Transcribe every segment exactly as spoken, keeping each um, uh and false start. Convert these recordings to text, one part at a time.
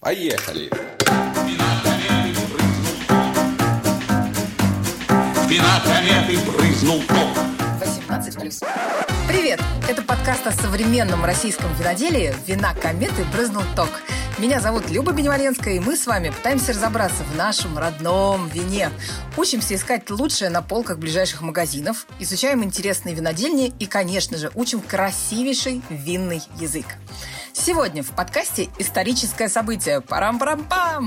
Поехали! Спина кометы брызнул ток. восемнадцать плюс. Привет! Это подкаст о современном российском виноделии «Вина кометы брызнул ток». Меня зовут Люба Беневаленская, и мы с вами пытаемся разобраться в нашем родном вине. Учимся искать лучшее на полках ближайших магазинов, изучаем интересные винодельни и, конечно же, учим красивейший винный язык. Сегодня в подкасте историческое событие. Парам-парам-пам!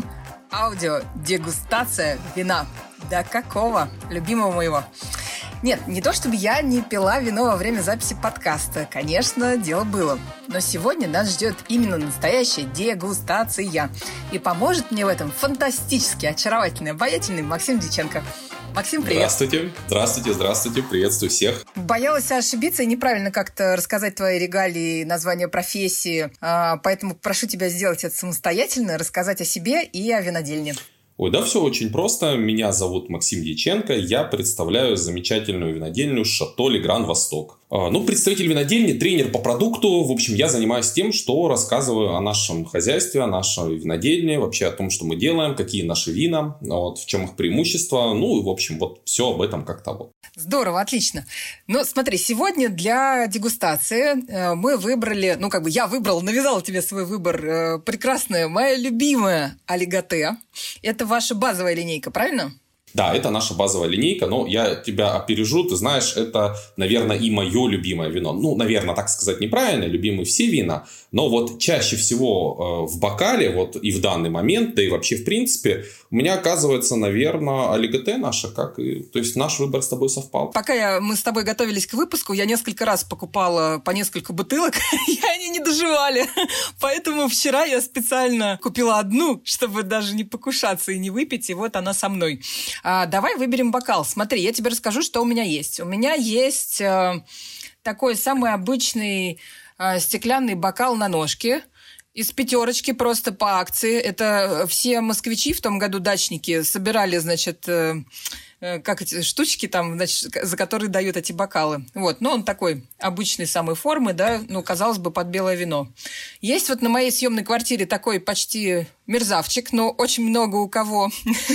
Аудиодегустация вина. Да какого? Любимого моего. Нет, не то чтобы я не пила вино во время записи подкаста. Конечно, дело было. Но сегодня нас ждет именно настоящая дегустация. И поможет мне в этом фантастически очаровательный, обаятельный Максим Дьяченко. Максим, привет. Здравствуйте, здравствуйте, здравствуйте, приветствую всех. Боялась ошибиться и неправильно как-то рассказать твои регалии, название профессии, поэтому прошу тебя сделать это самостоятельно, рассказать о себе и о винодельне. Ой, да, все очень просто. Меня зовут Максим Дьяченко. Я представляю замечательную винодельню «Шато Легран Восток». Ну, представитель винодельни, тренер по продукту. В общем, я занимаюсь тем, что рассказываю о нашем хозяйстве, о нашей винодельне, вообще о том, что мы делаем, какие наши вина, вот, в чем их преимущества. Ну, и, в общем, вот все об этом как-то вот. Здорово, отлично. Ну, смотри, сегодня для дегустации мы выбрали, ну, как бы я выбрала, навязала тебе свой выбор, прекрасная, моя любимая Алигате. Это ваша базовая линейка, правильно? Да, это наша базовая линейка, но я тебя опережу, ты знаешь, это, наверное, и мое любимое вино. Ну, наверное, так сказать неправильно, любимы все вина, но вот чаще всего э, в бокале, вот и в данный момент, да и вообще в принципе, у меня оказывается, наверное, Алигате наша, как и, то есть наш выбор с тобой совпал. Пока я, мы с тобой готовились к выпуску, я несколько раз покупала по несколько бутылок, и они не доживали, поэтому вчера я специально купила одну, чтобы даже не покушаться и не выпить, и вот она со мной. А, давай выберем бокал. Смотри, я тебе расскажу, что у меня есть. У меня есть э, такой самый обычный э, стеклянный бокал на ножке из пятерочки, просто по акции. Это все москвичи в том году, дачники, собирали, значит, э, э, как эти штучки там, значит, за которые дают эти бокалы. Вот, ну, он такой обычной самой формы, да, ну, казалось бы, под белое вино. Есть вот на моей съемной квартире такой почти мерзавчик, но очень много у кого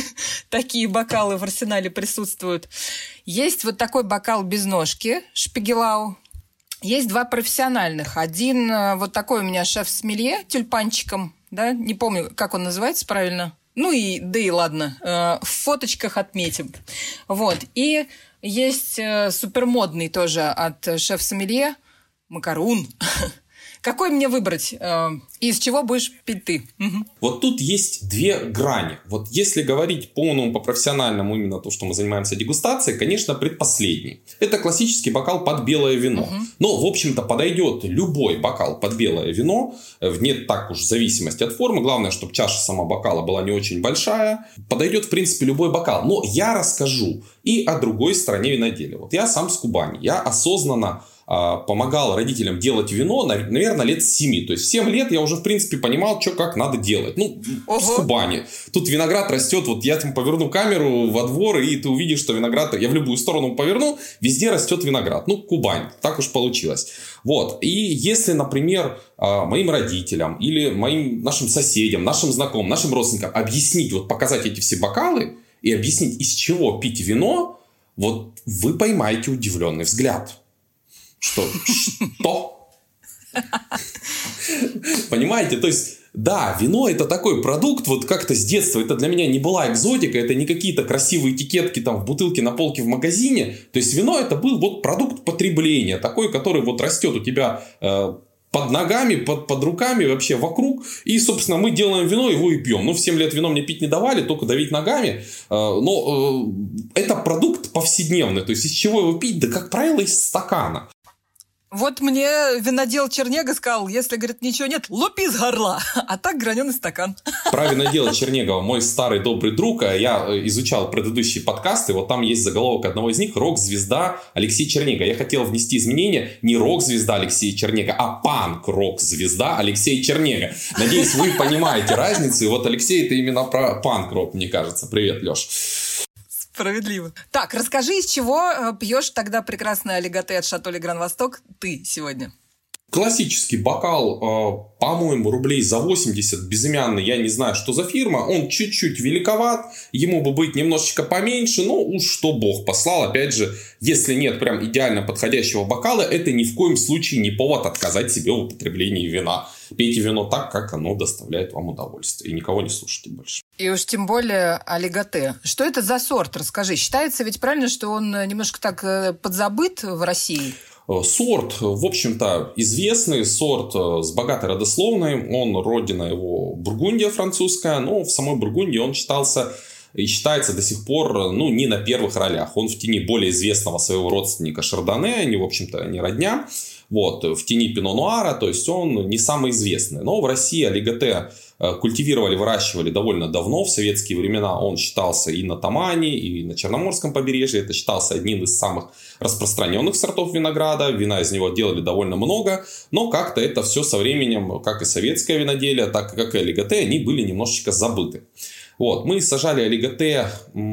такие бокалы в арсенале присутствуют. Есть вот такой бокал без ножки, Шпигелау. Есть два профессиональных. Один вот такой у меня шеф-сомелье тюльпанчиком, да, не помню, как он называется правильно. Ну и, да и ладно, в фоточках отметим. Вот. И есть супермодный тоже от шеф-сомелье Макарун. Какой мне выбрать? И из чего будешь пить ты? Угу. Вот тут есть две грани. Вот если говорить по-новому, по-профессиональному, именно то, что мы занимаемся дегустацией, конечно, предпоследний. Это классический бокал под белое вино. Угу. Но, в общем-то, подойдет любой бокал под белое вино. Нет так уж зависимости от формы. Главное, чтобы чаша сама бокала была не очень большая. Подойдет, в принципе, любой бокал. Но я расскажу и о другой стороне виноделия. Вот я сам с Кубани. Я осознанно помогал родителям делать вино, наверное, лет с семи. То есть, в семь лет я уже, в принципе, понимал, что как надо делать. Ну, Ого. С Кубани. Тут виноград растет. Вот я там поверну камеру во двор, и ты увидишь, что виноград... Я в любую сторону поверну, везде растет виноград. Ну, Кубань. Так уж получилось. Вот. И если, например, моим родителям или моим нашим соседям, нашим знакомым, нашим родственникам объяснить, вот показать эти все бокалы и объяснить, из чего пить вино, вот вы поймаете удивленный взгляд. Что? Что? Понимаете? То есть, да, вино это такой продукт, вот как-то с детства, это для меня не была экзотика, это не какие-то красивые этикетки там в бутылке на полке в магазине. То есть, вино это был вот продукт потребления, такой, который вот растет у тебя э, под ногами, под, под руками, вообще вокруг. И, собственно, мы делаем вино, его и пьем. Ну, в семь лет вино мне пить не давали, только давить ногами. Но э, это продукт повседневный. То есть, из чего его пить? Да, как правило, из стакана. Вот мне винодел Чернега сказал, если, говорит, ничего нет, лупи с горла, а так граненый стакан. Про винодела Чернегова, мой старый добрый друг, я изучал предыдущие подкасты, вот там есть заголовок одного из них, рок-звезда Алексей Чернега. Я хотел внести изменения, не рок-звезда Алексей Чернега, а панк-рок-звезда Алексей Чернега. Надеюсь, вы понимаете разницу, и вот Алексей, это именно про панк-рок, мне кажется. Привет, Леш. Справедливо. Так, расскажи, из чего пьешь тогда прекрасное Алигате от Шато Легран Восток ты сегодня? Классический бокал, по-моему, рублей за восемьдесят, безымянный, я не знаю, что за фирма. Он чуть-чуть великоват, ему бы быть немножечко поменьше, но уж что Бог послал. Опять же, если нет прям идеально подходящего бокала, это ни в коем случае не повод отказать себе в употреблении вина. Пейте вино так, как оно доставляет вам удовольствие. И никого не слушайте больше. И уж тем более олиготе. Что это за сорт? Расскажи. Считается ведь правильно, что он немножко так подзабыт в России? Сорт, в общем-то, известный, сорт с богатой родословной, он родина его Бургундия французская, но в самой Бургундии он считался и считается до сих пор, ну, не на первых ролях. Он в тени более известного своего родственника Шардоне, они, в общем-то, не родня, вот, в тени Пино Нуара, то есть он не самый известный. Но в России олиготе культивировали, выращивали довольно давно, в советские времена он считался и на Тамане, и на Черноморском побережье, это считался одним из самых распространенных сортов винограда, вина из него делали довольно много, но как-то это все со временем, как и советское виноделие, так как и олиготе, они были немножечко забыты. Вот, мы сажали олиготе,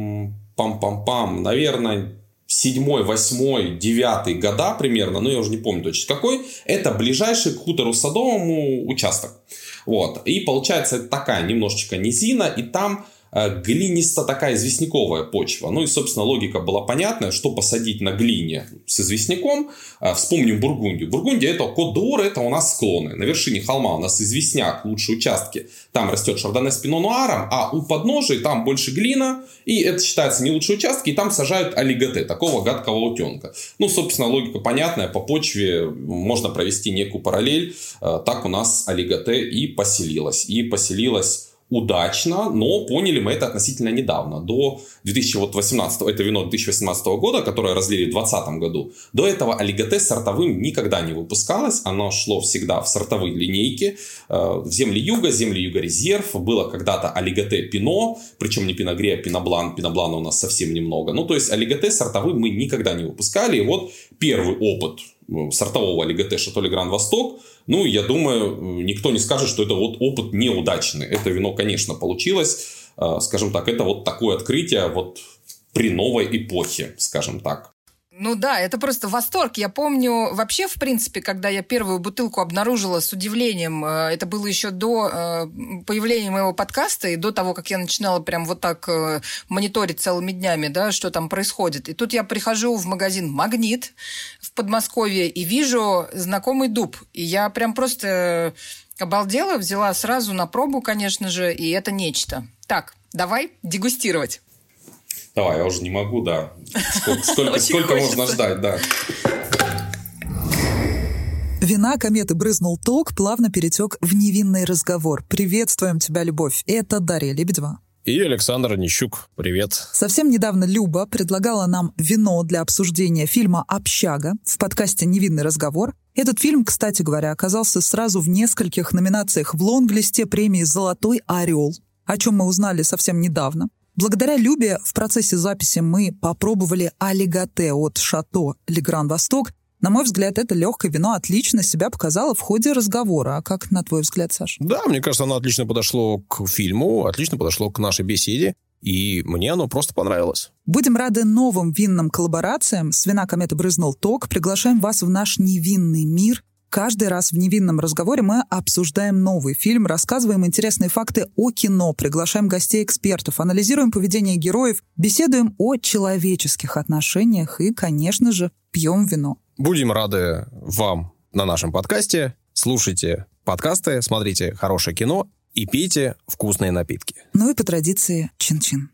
пам-пам-пам, наверное, седьмой, восьмой, девятый года примерно, но я уже не помню точно какой, это ближайший к хутору Садовому участок. Вот. И получается это такая немножечко низина, и там э, глинисто такая известняковая почва. Ну и, собственно, логика была понятная, что посадить на глине с известняком. Э, вспомним Бургундию. Бургундия это Кот-д'Ор, это у нас склоны. На вершине холма у нас известняк, лучшие участки. Там растет Шардоне с Пино Нуаром, а у подножия там больше глина, и это считается не лучшие участки, и там сажают олиготе, такого гадкого утенка. Ну, собственно, логика понятная, по почве можно провести некую параллель, так у нас олиготе и поселилась. И поселилась удачно, но поняли мы это относительно недавно. До две тысячи восемнадцатого, это вино две тысячи восемнадцатого года, которое разлили в две тысячи двадцатом году, до этого олиготе сортовым никогда не выпускалось. Оно шло всегда в сортовые линейки, в земли юга, земли юго-резерв. Было когда-то олиготе пино, причем не пино-гре, а пино-блан. Пино-блана у нас совсем немного. Ну, то есть, олиготе сортовым мы никогда не выпускали. И вот первый опыт сортового олиготе Шато Ле Гран Восток, ну, я думаю, никто не скажет, что это вот опыт неудачный. Это вино, конечно, получилось. Скажем так, это вот такое открытие вот при новой эпохе, скажем так. Ну да, это просто восторг. Я помню, вообще, в принципе, когда я первую бутылку обнаружила с удивлением, это было еще до появления моего подкаста и до того, как я начинала прям вот так мониторить целыми днями, да, что там происходит. И тут я прихожу в магазин «Магнит» в Подмосковье и вижу знакомый дуб. И я прям просто обалдела, взяла сразу на пробу, конечно же, и это нечто. Так, давай дегустировать. Давай, я уже не могу, да. Сколько, сколько, сколько можно ждать, да. Вина кометы брызнул ток, плавно перетек в невинный разговор. Приветствуем тебя, Любовь. Это Дарья Лебедева. И Александр Онищук. Привет. Совсем недавно Люба предлагала нам вино для обсуждения фильма «Общага» в подкасте «Невинный разговор». Этот фильм, кстати говоря, оказался сразу в нескольких номинациях в лонглисте премии «Золотой орел», о чем мы узнали совсем недавно. Благодаря Любе в процессе записи мы попробовали олиготе от Шато Ле Гран Восток. На мой взгляд, это легкое вино отлично себя показало в ходе разговора. А как на твой взгляд, Саш? Да, мне кажется, оно отлично подошло к фильму, отлично подошло к нашей беседе. И мне оно просто понравилось. Будем рады новым винным коллаборациям. С вина кометы брызнул ток. Приглашаем вас в наш невинный мир. Каждый раз в невинном разговоре мы обсуждаем новый фильм, рассказываем интересные факты о кино, приглашаем гостей-экспертов, анализируем поведение героев, беседуем о человеческих отношениях и, конечно же, пьем вино. Будем рады вам на нашем подкасте. Слушайте подкасты, смотрите хорошее кино и пейте вкусные напитки. Ну и по традиции чин-чин.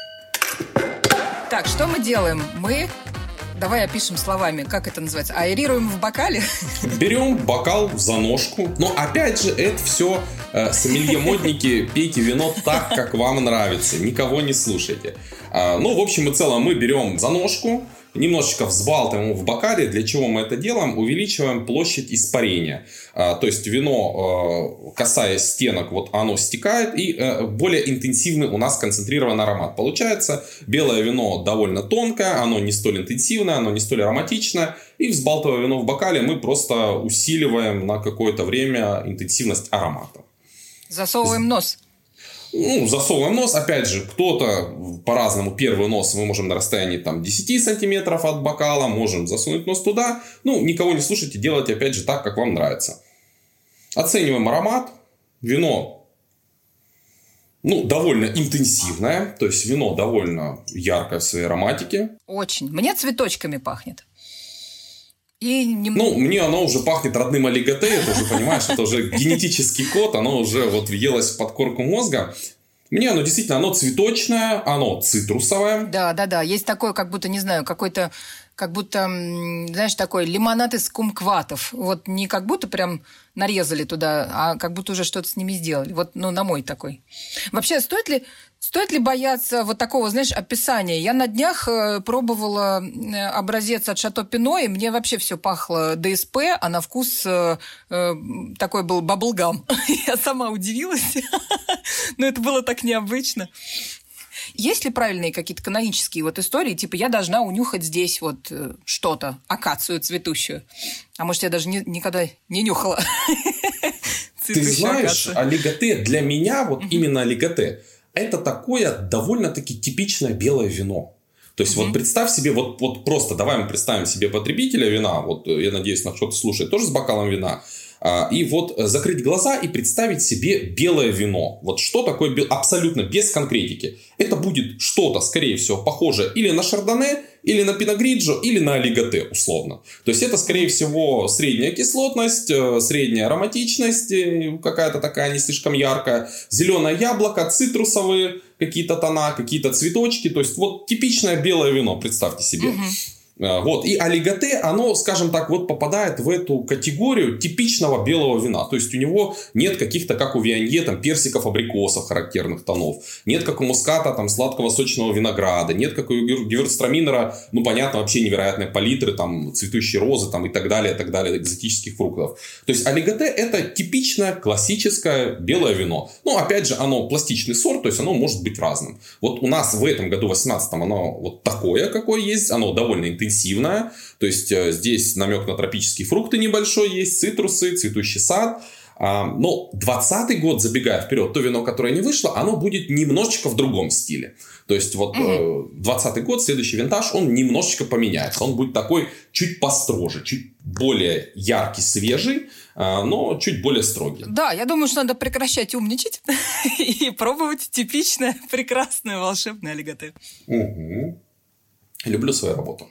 Так, что мы делаем? Мы... Давай опишем словами, как это называется. Аэрируем в бокале? Берем бокал за ножку. Но опять же, это все э, сомелье-модники. Пейте вино так, как вам нравится. Никого не слушайте. А, ну, в общем и целом, мы берем за ножку, немножечко взбалтываем его в бокале. Для чего мы это делаем? Увеличиваем площадь испарения. А, то есть вино, э, касаясь стенок, вот оно стекает, и э, более интенсивный у нас концентрированный аромат получается. Белое вино довольно тонкое, оно не столь интенсивное, оно не столь ароматичное. И взбалтывая вино в бокале, мы просто усиливаем на какое-то время интенсивность аромата. Засовываем нос. Ну, засовываем нос. Опять же, кто-то по-разному. Первый нос мы можем на расстоянии там, десять сантиметров от бокала. Можем засунуть нос туда. Ну, никого не слушайте. Делайте, опять же, так, как вам нравится. Оцениваем аромат. Вино, ну, довольно интенсивное. То есть, вино довольно яркое в своей ароматике. Очень. Мне цветочками пахнет. И не... Ну, мне оно уже пахнет родным олиготе, это уже, понимаешь, это уже генетический код, оно уже вот въелось в подкорку мозга. Мне оно действительно, оно цветочное, оно цитрусовое. Да, да, да, есть такое, как будто, не знаю, какой-то, как будто, знаешь, такой лимонад из кумкватов. Вот не как будто прям нарезали туда, а как будто уже что-то с ними сделали. Вот, ну, на мой такой. Вообще, стоит ли... Стоит ли бояться вот такого, знаешь, описания? Я на днях э, пробовала образец от Шато Пино, и мне вообще все пахло ДСП, а на вкус э, э, такой был баблгам. Я сама удивилась, но это было так необычно. Есть ли правильные какие-то канонические вот истории, типа я должна унюхать здесь вот э, что-то, акацию цветущую? А может, я даже не, никогда не нюхала? Ты знаешь, олиготе для меня, вот именно олиготе, это такое довольно-таки типичное белое вино. То есть, mm-hmm. вот представь себе, вот, вот просто давай мы представим себе потребителя вина, вот я надеюсь, нас кто-то слушает, тоже с бокалом вина, а, и вот закрыть глаза и представить себе белое вино. Вот что такое бел... абсолютно без конкретики. Это будет что-то, скорее всего, похожее или на шардоне, или на пино-гриджо, или на олиготе, условно. То есть, это, скорее всего, средняя кислотность, средняя ароматичность, какая-то такая не слишком яркая, зеленое яблоко, цитрусовые какие-то тона, какие-то цветочки. То есть, вот типичное белое вино, представьте себе. Угу. Вот. И олиготе, оно, скажем так, вот попадает в эту категорию типичного белого вина. То есть, у него нет каких-то, как у Вианье, там, персиков, абрикосов характерных тонов. Нет, как у муската, там, сладкого сочного винограда. Нет, как у гевюрцтраминера, ну, понятно, вообще невероятные палитры, там, цветущие розы, там, и так далее, и так далее, экзотических фруктов. То есть, олиготе – это типичное, классическое белое вино. Но, опять же, оно пластичный сорт, то есть, оно может быть разным. Вот у нас в этом году, восемнадцатом, оно вот такое, какое есть. Оно довольно интенсивное. интенсивная, то есть здесь намек на тропические фрукты небольшой есть, цитрусы, цветущий сад. Но двадцатый год, забегая вперед, то вино, которое не вышло, оно будет немножечко в другом стиле. То есть вот двадцатый год, следующий винтаж, он немножечко поменяется. Он будет такой чуть построже, чуть более яркий, свежий, но чуть более строгий. Да, я думаю, что надо прекращать умничать и пробовать типичное, прекрасное, волшебное олиготе. Угу. Люблю свою работу.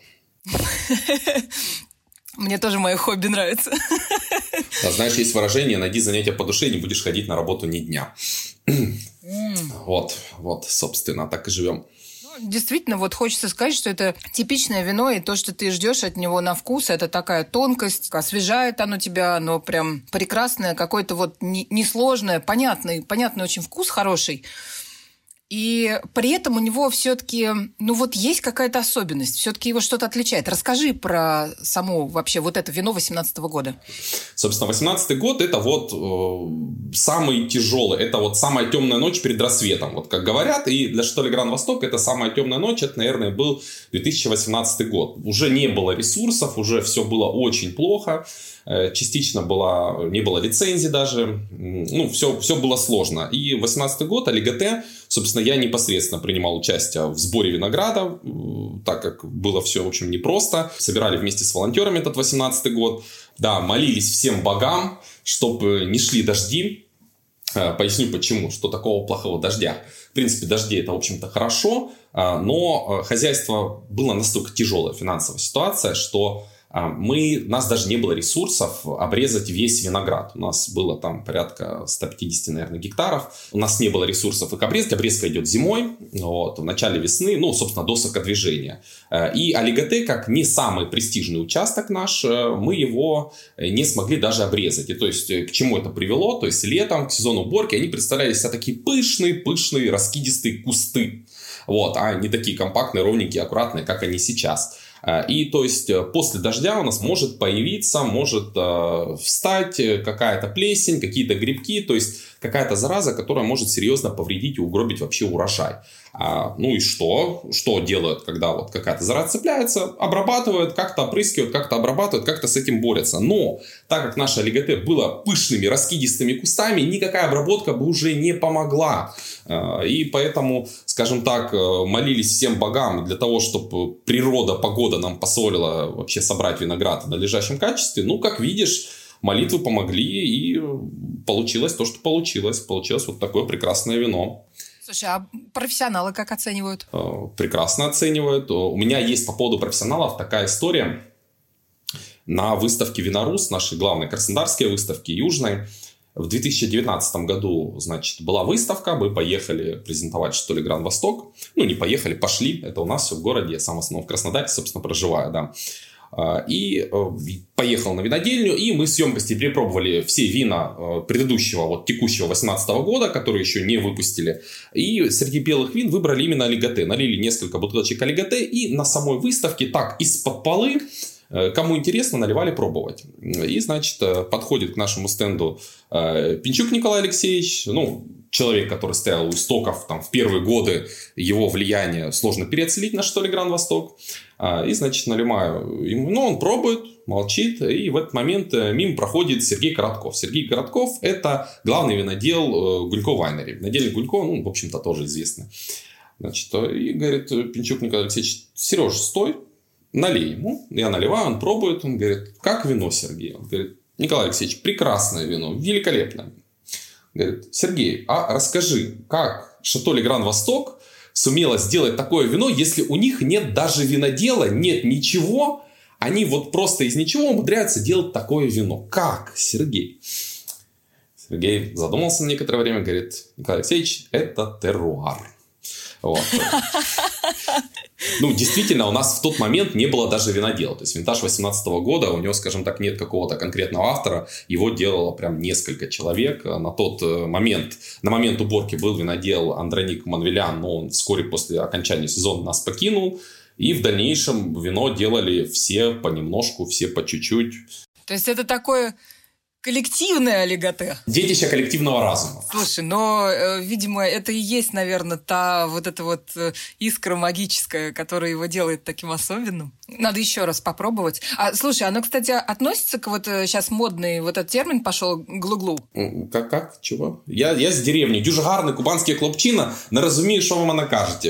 Мне тоже мое хобби нравится. Да, знаешь, есть выражение: найди занятие по душе, и не будешь ходить на работу ни дня. Mm. Вот, вот, собственно, так и живем. Действительно, вот хочется сказать, что это типичное вино, и то, что ты ждешь от него на вкус, это такая тонкость, освежает оно тебя, оно прям прекрасное, какое-то вот несложное, понятный, понятный очень вкус, хороший. И при этом у него все-таки, ну вот есть какая-то особенность, все-таки его что-то отличает. Расскажи про само вообще вот это вино восемнадцатого года. Собственно, восемнадцатый год – это вот э, самый тяжелый, это вот самая темная ночь перед рассветом, вот как говорят. И для Шато Ле Гран Восток это самая темная ночь, это, наверное, был две тысячи восемнадцатый год. Уже не было ресурсов, уже все было очень плохо. Частично была, не было лицензий даже. Ну, все, все было сложно. И восемнадцатый год, олиготе, собственно, я непосредственно принимал участие в сборе винограда, так как было все, в общем, непросто. Собирали вместе с волонтерами этот восемнадцатый год. Да, молились всем богам, чтобы не шли дожди. Поясню почему, что такого плохого дождя. В принципе, дожди это, в общем-то, хорошо, но хозяйство было настолько тяжелая финансовая ситуация, что мы, у нас даже не было ресурсов обрезать весь виноград. У нас было там порядка сто пятьдесят, наверное, гектаров. У нас не было ресурсов их обрезать. Обрезка идет зимой, вот, в начале весны, ну, собственно, до сокодвижения. И олиготе, как не самый престижный участок наш, мы его не смогли даже обрезать. И то есть, к чему это привело? То есть, летом, к сезону уборки, они представляли себя такие пышные-пышные раскидистые кусты. Вот, а не такие компактные, ровненькие, аккуратные, как они сейчас. И то есть после дождя у нас может появиться, может э, встать какая-то плесень, какие-то грибки. То есть какая-то зараза, которая может серьезно повредить и угробить вообще урожай. А, ну и что? Что делают, когда вот какая-то зараза цепляется? Обрабатывают, как-то опрыскивают, как-то обрабатывают, как-то с этим борются. Но так как наше али-гэ-тэ было пышными, раскидистыми кустами, никакая обработка бы уже не помогла. И поэтому, скажем так, молились всем богам для того, чтобы природа, погода нам позволила вообще собрать виноград в надлежащем качестве. Ну, как видишь, молитвы помогли, и получилось то, что получилось. Получилось вот такое прекрасное вино. Слушай, а профессионалы как оценивают? Прекрасно оценивают. У меня есть по поводу профессионалов такая история. На выставке «Винорус», нашей главной краснодарской выставке, южной, в две тысячи девятнадцатом году, значит, была выставка. Мы поехали презентовать, что ли, Гранд Восток. Ну, не поехали, пошли. Это у нас все в городе. Я сам в основном в Краснодаре, собственно, проживаю, да. И поехал на винодельню, и мы с емкостей перепробовали все вина предыдущего, вот текущего восемнадцатого года, которые еще не выпустили. И среди белых вин выбрали именно али-гэ-тэ. Налили несколько бутылочек али-гэ-тэ, и на самой выставке так из-под полы, кому интересно, наливали пробовать. И, значит, подходит к нашему стенду Пинчук Николай Алексеевич, ну, человек, который стоял у истоков там, в первые годы его влияния, сложно переоценить на что ли Гранд Восток. И, значит, наливаю ему, ну, он пробует, молчит, и в этот момент мимо проходит Сергей Коротков. Сергей Коротков – это главный винодел Гунько Вайнери. Винодельник Гунько, ну, в общем-то, тоже известный. Значит, и говорит Пинчук Николай Алексеевич: Сереж, стой, налей ему. Я наливаю, он пробует, он говорит: как вино, Сергей? Он говорит: Николай Алексеевич, прекрасное вино, великолепное. Говорит: Сергей, а расскажи, как Шато Ле Гранд Восток сумела сделать такое вино, если у них нет даже винодела, нет ничего, они вот просто из ничего умудряются делать такое вино. Как, Сергей? Сергей задумался на некоторое время, говорит: Николай Алексеевич, это терруар. Вот. Ну, действительно, у нас в тот момент не было даже винодела. То есть, винтаж восемнадцатого года, у него, скажем так, нет какого-то конкретного автора. Его делало прям несколько человек. На тот момент, на момент уборки был винодел Андроник Манвелян, но он вскоре после окончания сезона нас покинул. И в дальнейшем вино делали все понемножку, все по чуть-чуть. То есть, это такое... коллективное али-гэ-тэ. Детище коллективного разума. Слушай, но, э, видимо, это и есть, наверное, та вот эта вот э, искра магическая, которая его делает таким особенным. Надо еще раз попробовать. А, слушай, оно, кстати, относится к вот э, сейчас модный вот этот термин пошел глу-глу. Как? Как? Чего? Я, я з деревні. Дуже гарний кубанський хлопчина. Не розумію, що ви мене кажете.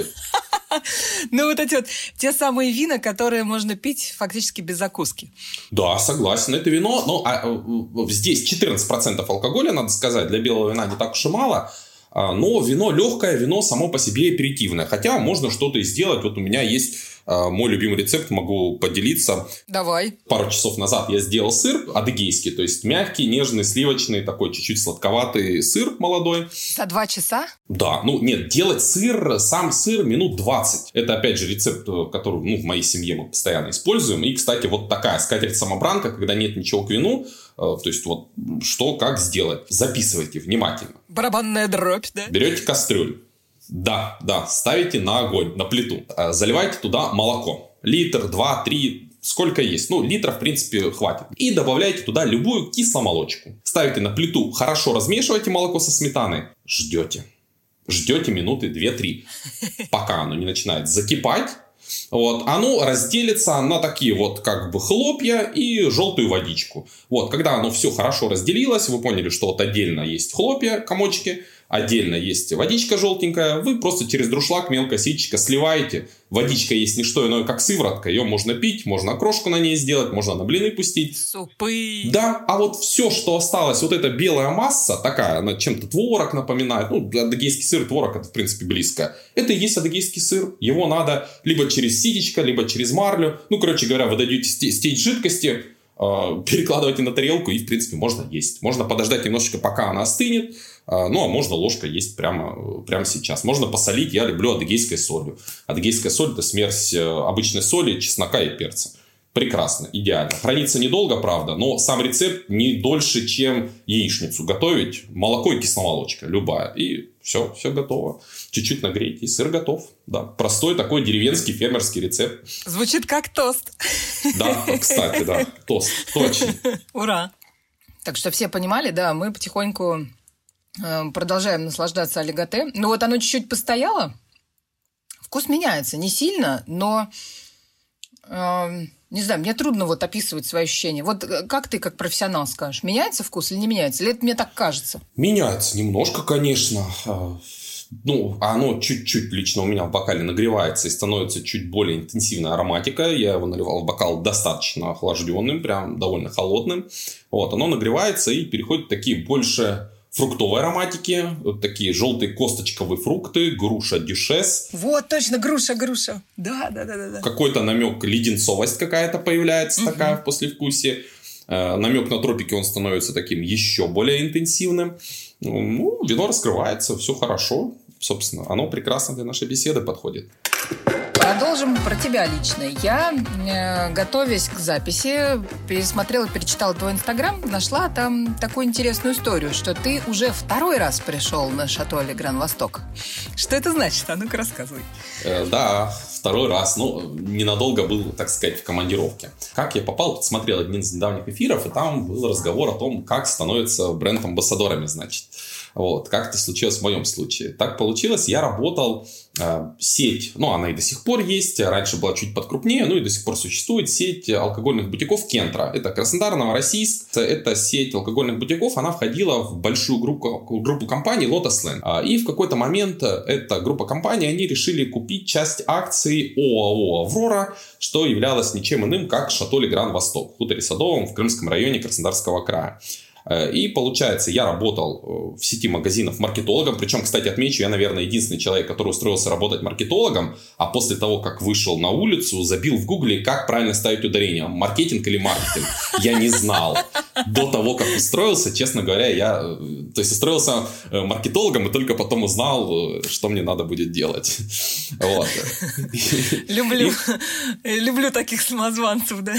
Ну, вот эти вот те самые вина, которые можно пить фактически без закуски. Да, согласен. Это вино, ну, а, здесь четырнадцать процентов алкоголя, надо сказать, для белого вина не так уж и мало. Но вино легкое, вино само по себе аперитивное. Хотя можно что-то и сделать. Вот у меня есть мой любимый рецепт, могу поделиться. Давай. Пару часов назад я сделал сыр адыгейский. То есть мягкий, нежный, сливочный, такой чуть-чуть сладковатый сыр молодой. За два часа? Да. Ну, нет, делать сыр, сам сыр минут двадцать. Это, опять же, рецепт, который, ну, в моей семье мы постоянно используем. И, кстати, вот такая скатерть-самобранка, когда нет ничего к вину. То есть, вот что, как сделать. Записывайте внимательно. Барабанная дробь, да? Берете кастрюлю. Да, да, ставите на огонь, на плиту. Заливайте туда молоко. Литр, два, три, сколько есть. Ну, литров, в принципе, хватит. И добавляйте туда любую кисломолочку. Ставите на плиту, хорошо размешивайте молоко со сметаной. Ждете. Ждете минуты две-три. Пока оно не начинает закипать. Вот, оно разделится на такие вот как бы хлопья и желтую водичку. Вот, когда оно все хорошо разделилось, вы поняли, что вот отдельно есть хлопья, комочки, отдельно есть водичка желтенькая, вы просто через друшлаг мелко ситечко сливаете. Водичка есть не что иное, как сыворотка. Ее можно пить, можно окрошку на ней сделать, можно на блины пустить. Супы. Да, а вот все, что осталось, вот эта белая масса, такая, она чем-то творог напоминает. Ну, адыгейский сыр, творог, это в принципе близко. Это и есть адыгейский сыр. Его надо либо через ситечко, либо через марлю. Ну, короче говоря, вы даете стечь жидкости, перекладываете на тарелку, и, в принципе, можно есть. Можно подождать немножечко, пока она остынет. Ну, а можно ложкой есть прямо, прямо сейчас. Можно посолить. Я люблю адыгейской солью. Адыгейская соль – это смесь обычной соли, чеснока и перца. Прекрасно, идеально. Хранится недолго, правда, но сам рецепт не дольше, чем яичницу готовить. Молоко и кисломолочка, любая. И все, все готово. Чуть-чуть нагреть, и сыр готов. Да. Простой такой деревенский фермерский рецепт. Звучит как тост. Да, кстати, да. Тост, точно. Ура. Так что все понимали, да, мы потихоньку продолжаем наслаждаться олиготе. Ну вот оно чуть-чуть постояло, вкус меняется, не сильно, но, э, не знаю, мне трудно вот описывать свои ощущения. Вот как ты, как профессионал, скажешь, меняется вкус или не меняется? Или это мне так кажется? Меняется немножко, конечно. Ну, оно чуть-чуть лично у меня в бокале нагревается и становится чуть более интенсивная ароматика. Я его наливал в бокал достаточно охлажденным, прям довольно холодным. Вот, оно нагревается и переходит в такие больше фруктовые ароматики, вот такие желтые косточковые фрукты, груша дюшес. Вот, точно, груша, груша. Да, да, да, да. Какой-то намек, леденцовость какая-то появляется угу. такая в послевкусии. Э, намек на тропики, он становится таким еще более интенсивным. Ну, вино раскрывается, все хорошо. Собственно, оно прекрасно для нашей беседы подходит. Продолжим про тебя лично. Я, э, готовясь к записи, пересмотрела, перечитала твой инстаграм, нашла там такую интересную историю, что ты уже второй раз пришел на Шато Ле Гран Восток. Что это значит? А ну-ка рассказывай. Э, да, второй раз. Ну, ненадолго был, так сказать, в командировке. Как я попал, смотрел один из недавних эфиров, и там был разговор о том, как становятся бренд-амбассадорами, значит. Вот, как это случилось в моем случае. Так получилось, я работал, э, сеть, ну, она и до сих пор есть, раньше была чуть подкрупнее, ну, и до сих пор существует сеть алкогольных бутиков Кентра. Это Краснодар, Новороссийск, это сеть алкогольных бутиков, она входила в большую группу, группу компаний Lotus Land. И в какой-то момент эта группа компаний, они решили купить часть акций ОАО «Аврора», что являлось ничем иным, как Шато Ле Гран Восток в хуторе Садовом в Крымском районе Краснодарского края. И получается, я работал в сети магазинов маркетологом. Причем, кстати, отмечу, я, наверное, единственный человек, который устроился работать маркетологом, а после того, как вышел на улицу, забил в гугле, как правильно ставить ударение. Маркетинг или маркетинг. Я не знал. До того, как устроился, честно говоря, я то есть устроился маркетологом и только потом узнал, что мне надо будет делать. Вот. Люблю. Люблю таких самозванцев, да.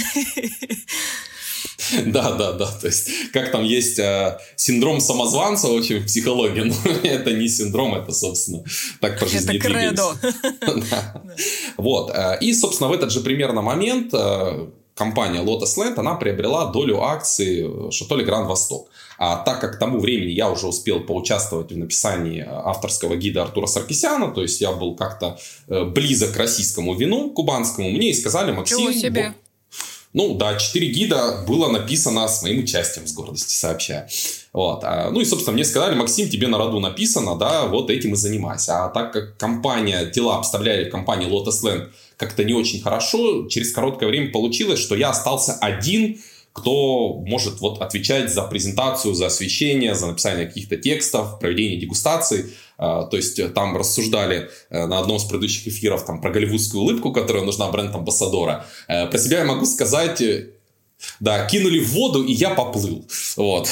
Да, да, да. То есть, как там есть э, синдром самозванца, в общем, в психологии, но это не синдром, это, собственно, так по жизни двигаемся. Это кредо. Вот. И, собственно, в этот же примерно момент компания Lotus Land, она приобрела долю акций Шато Ле Гран Восток. А так как к тому времени я уже успел поучаствовать в написании авторского гида Артура Саркисяна, то есть я был как-то близок к российскому вину, кубанскому, мне и сказали: Максим... Чего себе? Ну, да, четыре гида было написано с моим участием, с гордостью сообщаю. Вот. Ну, и, собственно, мне сказали: Максим, тебе на роду написано, да, вот этим и занимайся. А так как компания, дела обставляли в компании Lotus Land как-то не очень хорошо, через короткое время получилось, что я остался один, кто может вот отвечать за презентацию, за освещение, за написание каких-то текстов, проведение дегустаций. То есть, там рассуждали на одном из предыдущих эфиров там, про голливудскую улыбку, которая нужна бренд-амбассадора. Про себя я могу сказать: да, кинули в воду, и я поплыл. Вот.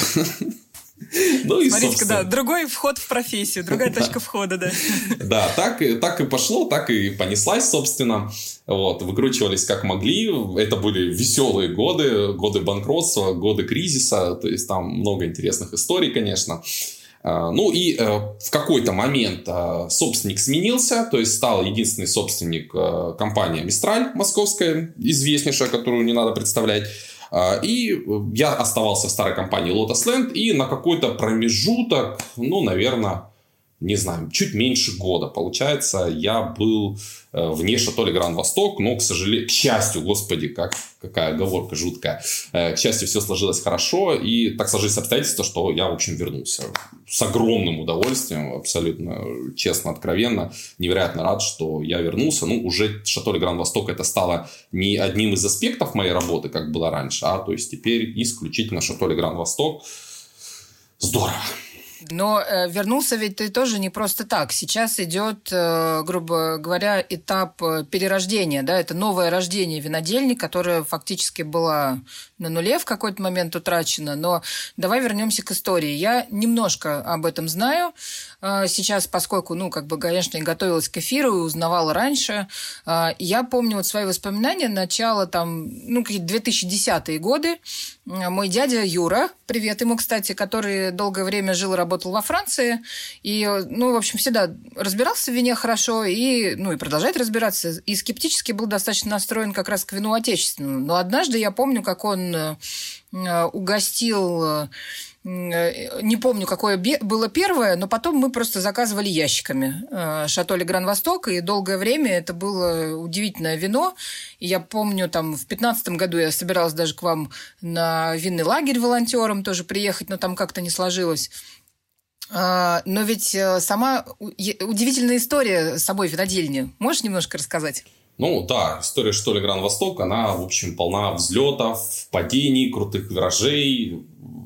Ну, и, смотрите, да, другой вход в профессию, другая точка входа, да. Да, так, так и пошло, так и понеслась, собственно. Вот, выкручивались как могли. Это были веселые годы, годы банкротства, годы кризиса. То есть, там много интересных историй, конечно. Ну и э, в какой-то момент э, собственник сменился, то есть стал единственный собственник э, компания Мистраль московская, известнейшая, которую не надо представлять. Э, и я оставался в старой компании Lotus Land, и на какой-то промежуток, ну, наверное, не знаю, чуть меньше года, получается, я был э, вне Шато Ле Гран Восток, но, к сожалению, к счастью, господи, как, какая оговорка жуткая, э, к счастью, все сложилось хорошо, и так сложились обстоятельства, что я, в общем, вернулся с огромным удовольствием, абсолютно честно, откровенно, невероятно рад, что я вернулся. Ну, уже Шато Ле Гран Восток это стало не одним из аспектов моей работы, как было раньше, а то есть теперь исключительно Шато Ле Гран Восток. Здорово. Но э, вернулся ведь ты тоже не просто так. Сейчас идет, э, грубо говоря, этап перерождения. Да? Это новое рождение винодельни, которое фактически было на нуле в какой-то момент утрачено. Но давай вернемся к истории. Я немножко об этом знаю э, сейчас, поскольку, ну, как бы, конечно, и готовилась к эфиру, и узнавала раньше. Э, я помню вот свои воспоминания начала, там, ну, какие-то две тысячи десятые годы. Мой дядя Юра, привет ему, кстати, который долгое время жил и работал во Франции, и, ну, в общем, всегда разбирался в вине хорошо, и, ну, и продолжает разбираться, и скептически был достаточно настроен как раз к вину отечественному. Но однажды я помню, как он угостил не помню, какое было первое, но потом мы просто заказывали ящиками Шато Ле Гран Восток, и долгое время это было удивительное вино. И я помню, там в пятнадцатом году я собиралась даже к вам на винный лагерь волонтером тоже приехать, но там как-то не сложилось. Но ведь сама удивительная история с собой винодельни. Можешь немножко рассказать? Ну да, история Шато Ле Гран Восток, она, в общем, полна взлетов, падений, крутых виражей.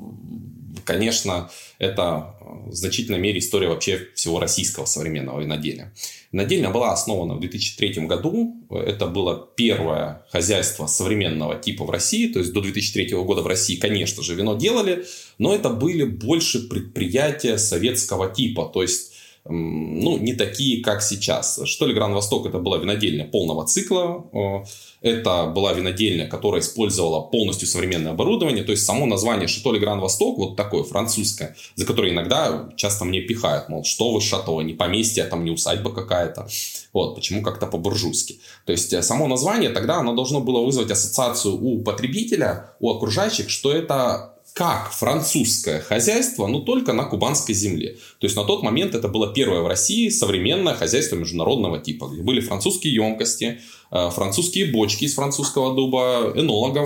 Конечно, это в значительной мере история вообще всего российского современного виноделия. Винодельня была основана в две тысячи третьем году. Это было первое хозяйство современного типа в России. То есть до две тысячи третьего года в России, конечно же, вино делали, но это были больше предприятия советского типа. То есть ну, не такие, как сейчас. Шато Ле Гран Восток — это была винодельня полного цикла. Это была винодельня, которая использовала полностью современное оборудование. То есть, само название Шато Ле Гран Восток, вот такое французское, за которое иногда часто мне пихают. Мол, что вы шато, не поместье, а там не усадьба какая-то. Вот, почему как-то по-буржуйски. То есть, само название тогда оно должно было вызвать ассоциацию у потребителя, у окружающих, что это как французское хозяйство, но только на кубанской земле. То есть, на тот момент это было первое в России современное хозяйство международного типа, где были французские емкости, французские бочки из французского дуба, энологом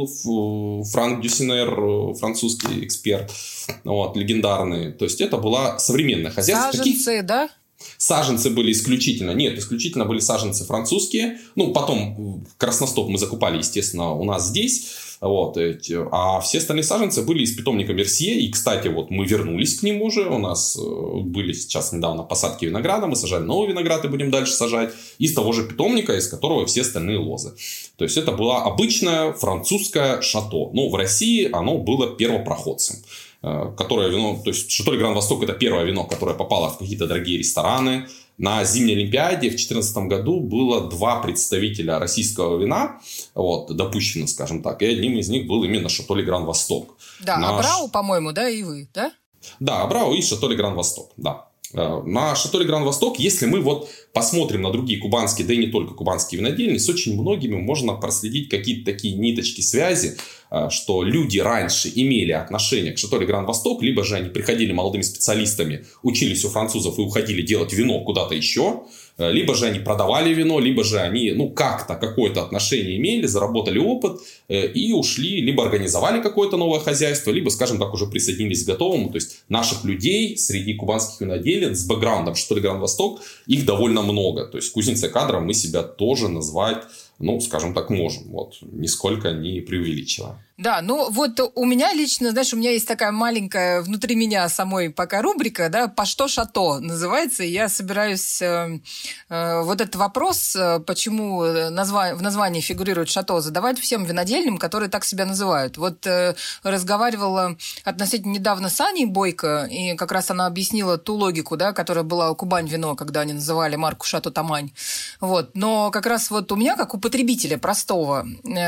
был Франк Дюсинер, французский эксперт, вот, легендарный. То есть, это было современное хозяйство. Саженцы, Такие... да? Саженцы были исключительно, нет, исключительно были саженцы французские. Ну, потом красностоп мы закупали, естественно, у нас здесь. Вот, а все остальные саженцы были из питомника Мерсье. И, кстати, вот мы вернулись к ним уже. У нас были сейчас недавно посадки винограда. Мы сажали новый виноград и будем дальше сажать. Из того же питомника, из которого все остальные лозы. То есть, это была обычное французское шато. Ну, в России оно было первопроходцем. Которое вино, то есть, Шато Ле Гран Восток — это первое вино, которое попало в какие-то дорогие рестораны. На зимней Олимпиаде в две тысячи четырнадцатом году было два представителя российского вина, вот, допущено, скажем так, и одним из них был именно Шато Ле Гран Восток. Да, Наш... Абрау, по-моему, да, и вы, да? Да, Абрау и Шато Ле Гран Восток, да. На Шато Ле Гран Восток, если мы вот посмотрим на другие кубанские, да и не только кубанские винодельни, с очень многими можно проследить какие-то такие ниточки связи, что люди раньше имели отношение к Шато Ле Гран Восток, либо же они приходили молодыми специалистами, учились у французов и уходили делать вино куда-то еще, либо же они продавали вино, либо же они, ну, как-то какое-то отношение имели, заработали опыт и ушли, либо организовали какое-то новое хозяйство, либо, скажем так, уже присоединились к готовому. То есть, наших людей среди кубанских виноделин с бэкграундом Шато Ле Гран Восток, их довольно много. То есть, кузницей кадров мы себя тоже назвать, ну, скажем так, можем. Вот, нисколько не преувеличивая. Да, ну вот у меня лично, знаешь, у меня есть такая маленькая внутри меня самой пока рубрика, да, «По что шато» называется. И я собираюсь э, э, вот этот вопрос, э, почему назва- в названии фигурирует шато, задавать всем винодельням, которые так себя называют. Вот э, разговаривала относительно недавно с Аней Бойко, и как раз она объяснила ту логику, да, которая была у Кубань Вино, когда они называли марку «Шато Тамань». Вот. Но как раз вот у меня, как у потребителя простого,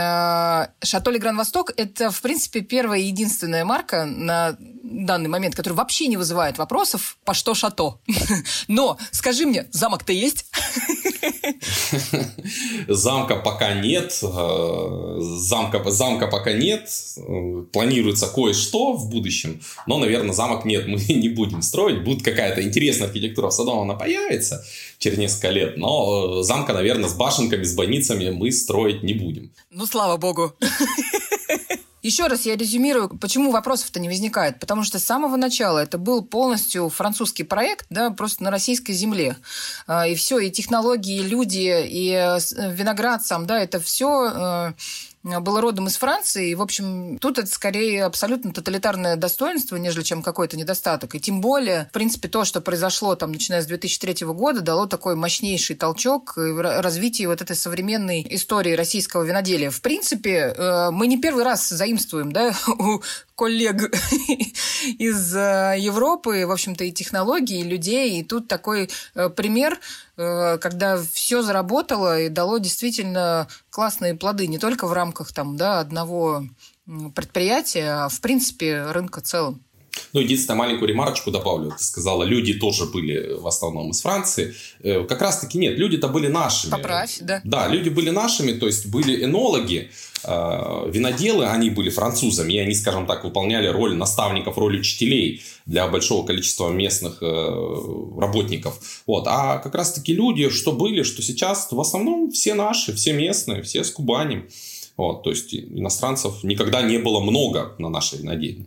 э, Шато Ле Гран Восток – это, в принципе, первая и единственная марка на данный момент, которая вообще не вызывает вопросов, по что шато. Но, скажи мне, замок-то есть? Замка пока нет. Замка, замка пока нет. Планируется кое-что в будущем. Но, наверное, замок нет. Мы не будем строить. Будет какая-то интересная архитектура в Садовом, она появится через несколько лет. Но замка, наверное, с башенками, с больницами мы строить не будем. Ну, слава богу. Еще раз я резюмирую, почему вопросов-то не возникает. Потому что с самого начала это был полностью французский проект, да, просто на российской земле. И все, и технологии, и люди, и виноград сам, да, это все было родом из Франции. И, в общем, тут это скорее абсолютно тоталитарное достоинство, нежели чем какой-то недостаток. И тем более, в принципе, то, что произошло там, начиная с две тысячи третьего года, дало такой мощнейший толчок в развитии вот этой современной истории российского виноделия. В принципе, мы не первый раз заимствуем, да, у коллег из Европы, в общем-то, и технологий, и людей. И тут такой пример, когда все заработало и дало действительно классные плоды не только в рамках там, да, одного предприятия, а в принципе рынка в целом. Ну, единственную маленькую ремарочку добавлю. Ты сказала, люди тоже были в основном из Франции. Как раз-таки нет, люди-то были нашими. Поправь, да. Да, люди были нашими, то есть были энологи, виноделы, они были французами, и они, скажем так, выполняли роль наставников, роль учителей для большого количества местных работников. Вот. А как раз-таки люди, что были, что сейчас, в основном все наши, все местные, все с Кубани. Вот. То есть иностранцев никогда не было много на нашей винодельне.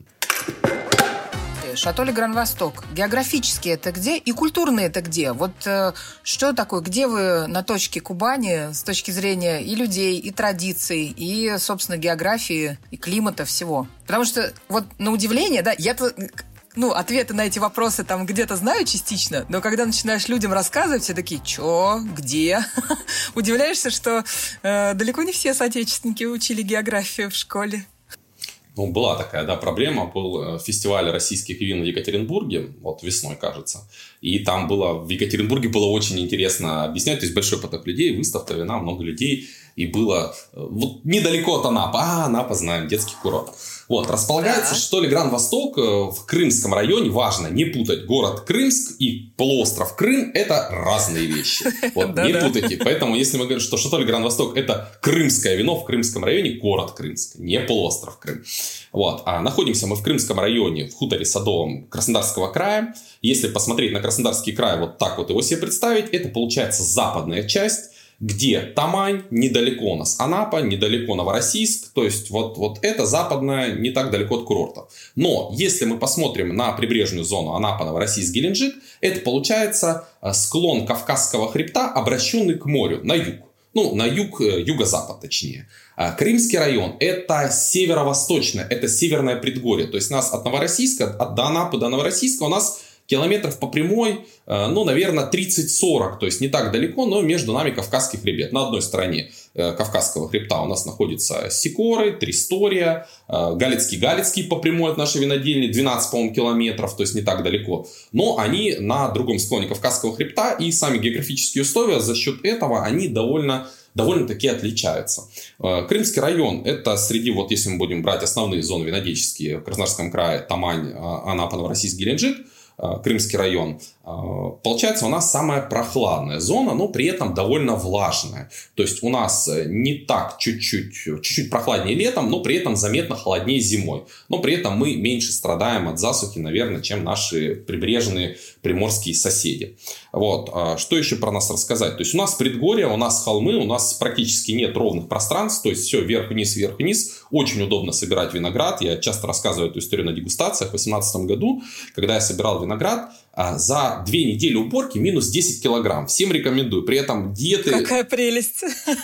Шато Ле Гран Восток. Географически это где? И культурно это где? Вот э, что такое? Где вы на точке Кубани с точки зрения и людей, и традиций, и, собственно, географии, и климата, всего? Потому что, вот на удивление, да, я-то... Ну, ответы на эти вопросы там где-то знаю частично, но когда начинаешь людям рассказывать, все такие, чё, где? Удивляешься, что э, далеко не все соотечественники учили географию в школе. Ну, была такая, да, проблема. Был фестиваль российских вин в Екатеринбурге, вот весной, кажется. И там было, в Екатеринбурге было очень интересно объяснять. То есть, большой поток людей, выставка вина, много людей. И было вот недалеко от Анапы. А, Анапа, знаем, детский курорт. Вот, располагается да. Шато Ле Гран Восток в Крымском районе. Важно не путать город Крымск и полуостров Крым. Это разные вещи. Вот, не путайте. Поэтому, если мы говорим, что Шато Ле Гран Восток это крымское вино в Крымском районе, город Крымск, не полуостров Крым. Вот. А находимся мы в Крымском районе, в хуторе Садовом Краснодарского края. Если посмотреть на Краснодарский край, вот так вот его себе представить, это получается западная часть, где Тамань, недалеко у нас Анапа, недалеко Новороссийск. То есть, вот, вот это западная, не так далеко от курортов. Но, если мы посмотрим на прибрежную зону Анапа, Новороссийск, Геленджик, это получается склон Кавказского хребта, обращенный к морю, на юг. Ну, на юг, юго-запад точнее. Крымский район – это северо-восточное, это северное предгорье. То есть, у нас от Новороссийска, от до Анапы до Новороссийска у нас километров по прямой, ну, наверное, тридцать-сорок. То есть, не так далеко, но между нами Кавказский хребет. На одной стороне Кавказского хребта у нас находятся Сикоры, Тристория, Галицкий-Галицкий по прямой от нашей винодельни, двенадцать, по-моему, километров, то есть, не так далеко. Но они на другом склоне Кавказского хребта, и сами географические условия за счет этого, они довольно... довольно-таки отличаются. Крымский район – это среди, вот если мы будем брать основные зоны винодельческие в Краснодарском крае, Тамань, Анапа, Новороссийск, Геленджик, Крымский район, получается у нас самая прохладная зона, но при этом довольно влажная. То есть у нас не так чуть-чуть, чуть-чуть прохладнее летом, но при этом заметно холоднее зимой. Но при этом мы меньше страдаем от засухи, наверное, чем наши прибрежные приморские соседи. Вот. Что еще про нас рассказать? То есть у нас предгорье, у нас холмы, у нас практически нет ровных пространств, то есть все вверх-вниз, вверх-вниз. Очень удобно собирать виноград. Я часто рассказываю эту историю на дегустациях. В две тысячи восемнадцатом году, когда я собирал виноград, за две недели уборки минус десять килограмм. Всем рекомендую. При этом диеты... Какая прелесть.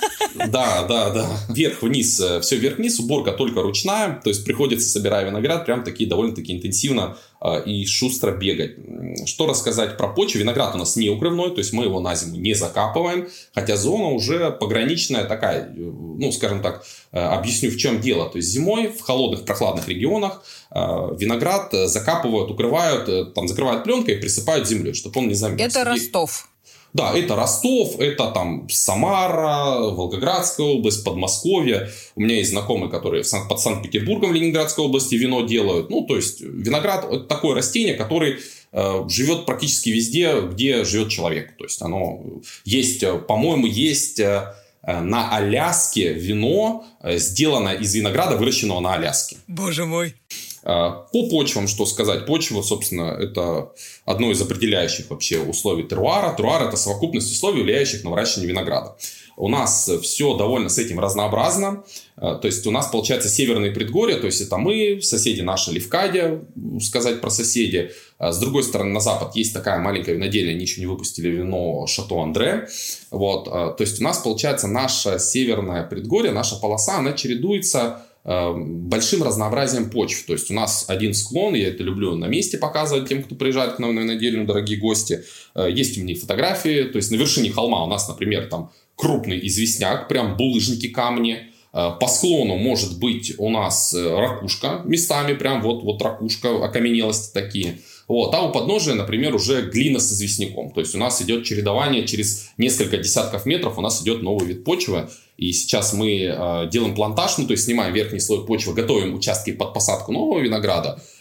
Да, да, да. Вверх-вниз, все вверх-вниз. Уборка только ручная. То есть приходится, собирая виноград, прям таки довольно-таки интенсивно и шустро бегать. Что рассказать про почву? Виноград у нас не укрывной, то есть мы его на зиму не закапываем. Хотя зона уже пограничная такая, ну, скажем так, объясню, в чем дело. То есть зимой в холодных, прохладных регионах виноград закапывают, укрывают, там закрывают пленкой и присыпают землей, чтобы он не замерз. Это Ростов. Да, это Ростов, это там Самара, Волгоградская область, Подмосковье. У меня есть знакомые, которые под Санкт-Петербургом в Ленинградской области вино делают. Ну, то есть, виноград – это такое растение, которое э, живет практически везде, где живет человек. То есть, оно есть, по-моему, есть э, на Аляске вино, э, сделано из винограда, выращенного на Аляске. Боже мой! По почвам, что сказать? Почва, собственно, это одно из определяющих вообще условий теруара. Теруар – это совокупность условий, влияющих на выращивание винограда. У нас все довольно с этим разнообразно. То есть, у нас, получается, северные предгорья, то есть, это мы, соседи наши Левкадия, сказать про соседи. С другой стороны, на запад есть такая маленькая винодельня, они еще не выпустили вино Шато Андре. Вот. То есть, у нас, получается, наше северное предгорье, наша полоса, она чередуется большим разнообразием почв. То есть, у нас один склон, я это люблю на месте показывать тем, кто приезжает к нам на винодельню, дорогие гости. Есть у меня фотографии. То есть, на вершине холма у нас, например, там крупный известняк, прям булыжники, камни. По склону может быть у нас ракушка местами, прям вот, вот ракушка, окаменелости такие. Вот. А у подножия, например, уже глина с известняком. То есть, у нас идет чередование через несколько десятков метров, у нас идет новый вид почвы. И сейчас мы э, делаем плантаж, ну, то есть, снимаем верхний слой почвы, готовим участки под посадку нового винограда.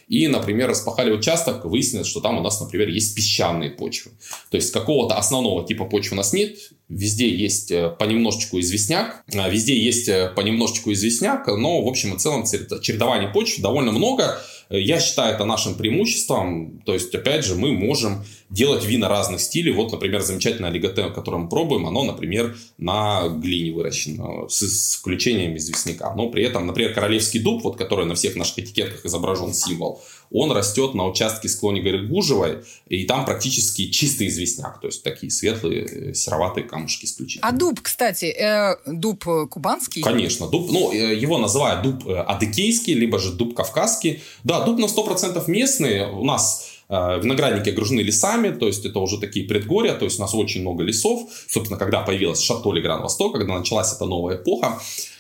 и, например, распахали участок, выяснилось, что там у нас, например, есть песчаные почвы. То есть какого-то основного типа почвы у нас нет. Везде есть понемножечку известняк, везде есть понемножечку известняк, но в общем и целом чередований почв довольно много. Я считаю это нашим преимуществом. То есть, опять же, мы можем делать вина разных стилей. Вот, например, замечательное олиготе, которое мы пробуем, оно, например, на глине выращено, с, с включением известняка. Но при этом, например, королевский дуб, вот, который на всех наших этикетках изображен символ, он растет на участке склоне горы Гужевой, и там практически чистый известняк. То есть, такие светлые сероватые камушки исключительно. А дуб, кстати, э, дуб кубанский? Конечно. Дуб, ну, его называют дуб адыгейский, либо же дуб кавказский. Да, дуб на сто процентов местный. У нас виноградники окружены лесами, то есть это уже такие предгорья, то есть у нас очень много лесов. Собственно, когда появилась Шато Ле Гран-Восток, когда началась эта новая эпоха,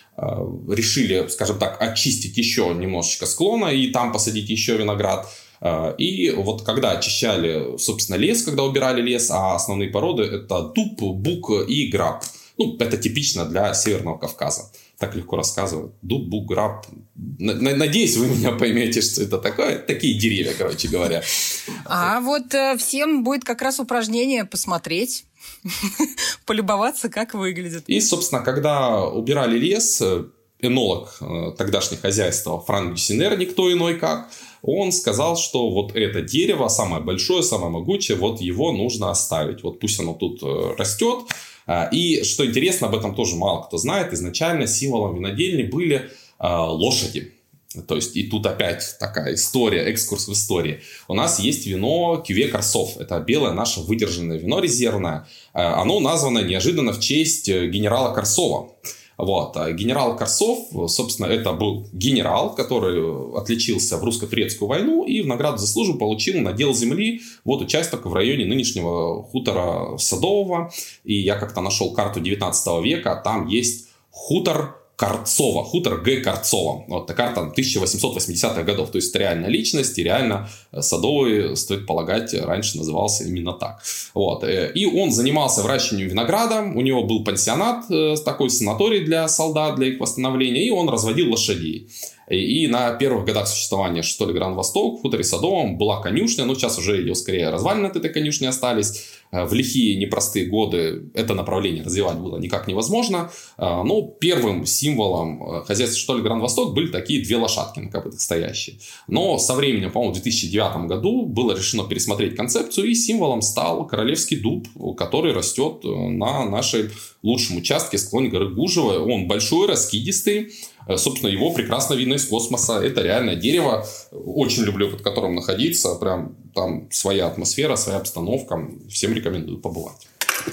решили, скажем так, очистить еще немножечко склона и там посадить еще виноград. И вот когда очищали, собственно, лес, когда убирали лес, а основные породы это дуб, бук и граб. Ну, это типично для Северного Кавказа. Так легко рассказывают. Дуб, бук, граб. Надеюсь, вы меня поймете, что это такое. Такие деревья, короче говоря. А вот э, всем будет как раз упражнение посмотреть, полюбоваться, как выглядит. И, собственно, когда убирали лес, энолог тогдашнего хозяйства Франк Дюсенер, никто иной как, он сказал, что вот это дерево, самое большое, самое могучее, вот его нужно оставить. Вот пусть оно тут растет. И, что интересно, об этом тоже мало кто знает, изначально символом винодельни были лошади. То есть, и тут опять такая история, экскурс в истории. У нас есть вино Кюве Корсов. Это белое наше выдержанное вино резервное. Оно названо неожиданно в честь генерала Корсова. Вот. А генерал Корсов, собственно, это был генерал, который отличился в русско-турецкую войну и в награду за службу получил надел земли, вот участок в районе нынешнего хутора Садового. И я как-то нашел карту девятнадцатого века, там есть хутор Карцова, хутор Г. Карцова. Вот эта карта тысяча восемьсот восьмидесятых годов. То есть, это реально личность, и реально Садовый, стоит полагать, раньше назывался именно так. Вот. И он занимался выращиванием винограда. У него был пансионат, такой санаторий для солдат, для их восстановления. И он разводил лошадей. И на первых годах существования Шато Ле Гран-Восток в хуторе Садовом была конюшня. Но сейчас уже ее скорее развалины от этой конюшни остались. В лихие непростые годы это направление развивать было никак невозможно. Но первым символом хозяйства Шато Ле Гран-Восток были такие две лошадки на копытах стоящие. Но со временем, по-моему, в две тысячи девятом году было решено пересмотреть концепцию, и символом стал королевский дуб, который растет на нашей лучшем участке склоне горы Гужевой. Он большой, раскидистый. Собственно, его прекрасно видно из космоса. Это реальное дерево. Очень люблю под которым находиться. Прям там своя атмосфера, своя обстановка. Всем рекомендую побывать.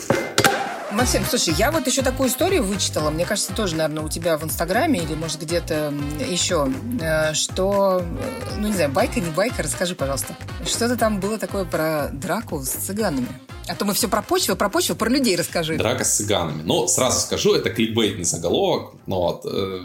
Максим, слушай, я вот еще такую историю вычитала, мне кажется, тоже, наверное, у тебя в Инстаграме или, может, где-то еще, что, ну, не знаю, байка, не байка, расскажи, пожалуйста. Что-то там было такое про драку с цыганами. А то мы все про почву, про почву, про людей расскажи. Драка с цыганами. Ну, сразу скажу, это кликбейтный заголовок. Ну, вот.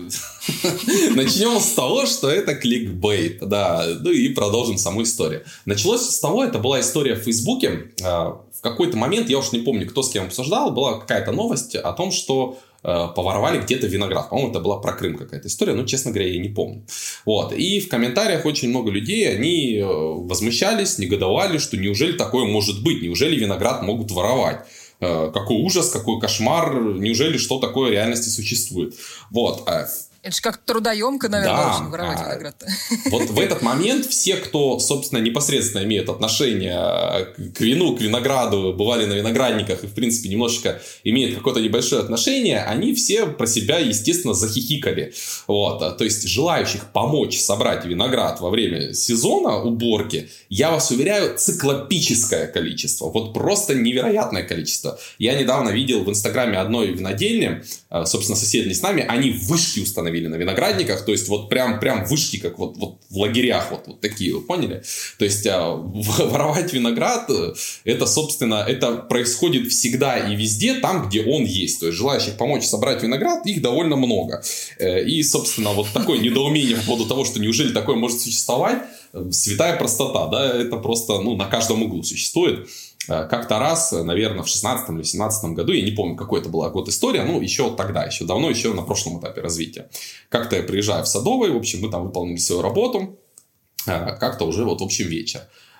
Начнем с того, что это кликбейт. Да, ну и продолжим саму историю. Началось с того, это была история в Фейсбуке. В какой-то момент, я уж не помню, кто с кем обсуждал, была какая-то новость о том, что поворовали где-то виноград. По-моему, это была про Крым какая-то история, но, честно говоря, я не помню. Вот. И в комментариях очень много людей, они возмущались, негодовали, что неужели такое может быть? Неужели виноград могут воровать? Какой ужас, какой кошмар, неужели что такое в реальности существует? Вот. Это же как трудоемко, наверное, да, очень воровать а, виноград. Вот в этот момент все, кто, собственно, непосредственно имеет отношение к вину, к винограду, бывали на виноградниках и, в принципе, немножечко имеют какое-то небольшое отношение, они все про себя, естественно, захихикали. Вот. То есть, желающих помочь собрать виноград во время сезона уборки, я вас уверяю, циклопическое количество. Вот просто невероятное количество. Я недавно видел в Инстаграме одной винодельни, собственно, соседней с нами, они вышки установили на виноградниках, то есть вот прям, прям вышки, как вот, вот в лагерях, вот, вот такие, вы поняли? То есть воровать виноград, это, собственно, это происходит всегда и везде, там, где он есть. То есть желающих помочь собрать виноград, их довольно много. И, собственно, вот такое недоумение по поводу того, что неужели такое может существовать, святая простота, да, это просто, ну, на каждом углу существует. Как-то раз, наверное, в шестнадцатом или семнадцатом году, я не помню, какой это была год история, ну, еще тогда, еще давно, еще на прошлом этапе развития. Как-то я приезжаю в Садовое, в общем, мы там выполнили свою работу, как-то уже вот в общем вечер.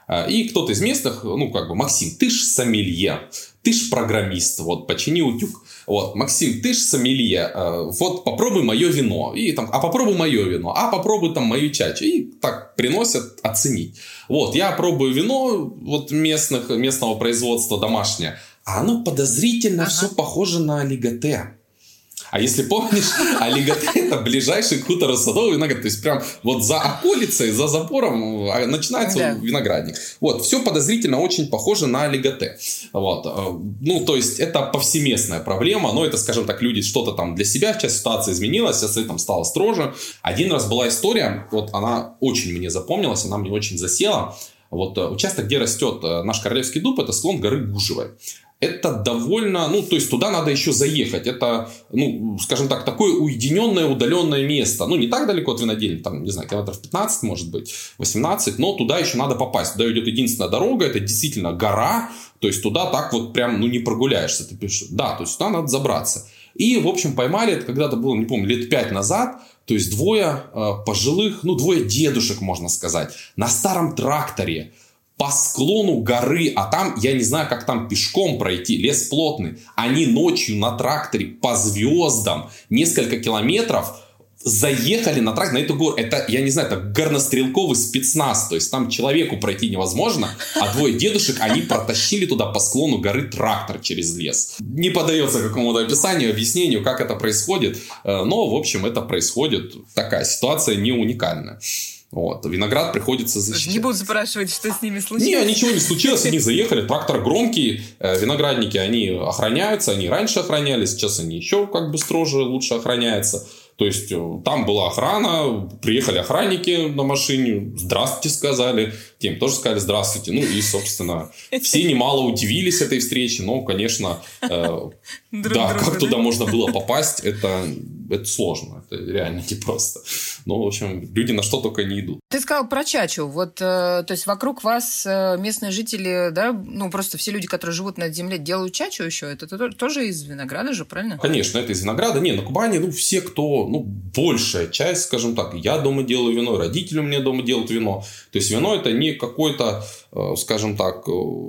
И кто-то из местных, ну, как бы, Максим, ты ж сомелье, ты ж программист, вот, почини утюг. Вот, Максим, ты ж сомелье, вот, попробуй мое вино. И там, а попробуй мое вино, а попробуй там мою чачу. И так приносят оценить. Вот, я пробую вино вот местных, местного производства домашнее, а оно подозрительно ага. все похоже на олиготе. А если помнишь, олиготе – это ближайший к хутору садовый виноград. То есть, прям вот за околицей, за забором начинается да. виноградник. Вот, все подозрительно очень похоже на олиготе. Вот. Ну, то есть, это повсеместная проблема. Но это, скажем так, люди что-то там для себя. Сейчас ситуация изменилась, сейчас это там стало строже. Один раз была история, вот она очень мне запомнилась, она мне очень засела. Вот участок, где растет наш королевский дуб, это склон горы Гужевой. Это довольно, ну, то есть, туда надо еще заехать. Это, ну, скажем так, такое уединенное, удаленное место. Ну, не так далеко от винодельни, там, не знаю, километров пятнадцать, может быть, восемнадцать, но туда еще надо попасть. Туда идет единственная дорога, это действительно гора, то есть, туда так вот прям, ну, не прогуляешься. Ты пишешь, да, то есть, туда надо забраться. И, в общем, поймали, это когда-то было, не помню, лет пять назад, то есть, двое э, пожилых, ну, двое дедушек, можно сказать, на старом тракторе, по склону горы, а там, я не знаю, как там пешком пройти, лес плотный. Они ночью на тракторе по звездам несколько километров заехали на трактор, на эту гору. Это, я не знаю, это горнострелковый спецназ. То есть, там человеку пройти невозможно, а двое дедушек, они протащили туда по склону горы трактор через лес. Не поддается какому-то описанию, объяснению, как это происходит. Но, в общем, это происходит. Такая ситуация не уникальная. Вот. Виноград приходится защищать. Не буду спрашивать, что с ними случилось. Не, ничего не случилось. Они заехали. Трактор громкий. Виноградники, они охраняются. Они раньше охранялись. Сейчас они еще как бы строже, лучше охраняются. То есть, там была охрана. Приехали охранники на машине. Здравствуйте, сказали. Тем тоже сказали здравствуйте. Ну, и, собственно, все немало удивились этой встрече. Но, конечно, э, да, как туда можно было попасть, это... Это сложно, это реально непросто. Ну, в общем, люди на что только не идут. Ты сказал про чачу. Вот, э, то есть, вокруг вас э, местные жители, да, ну, просто все люди, которые живут на земле, делают чачу еще. Это тоже из винограда же, правильно? Конечно, это из винограда. Не, на Кубани, ну, все, кто, ну, большая часть, скажем так, я дома делаю вино, родители у меня дома делают вино. То есть, вино – это не какой-то, э, скажем так, э,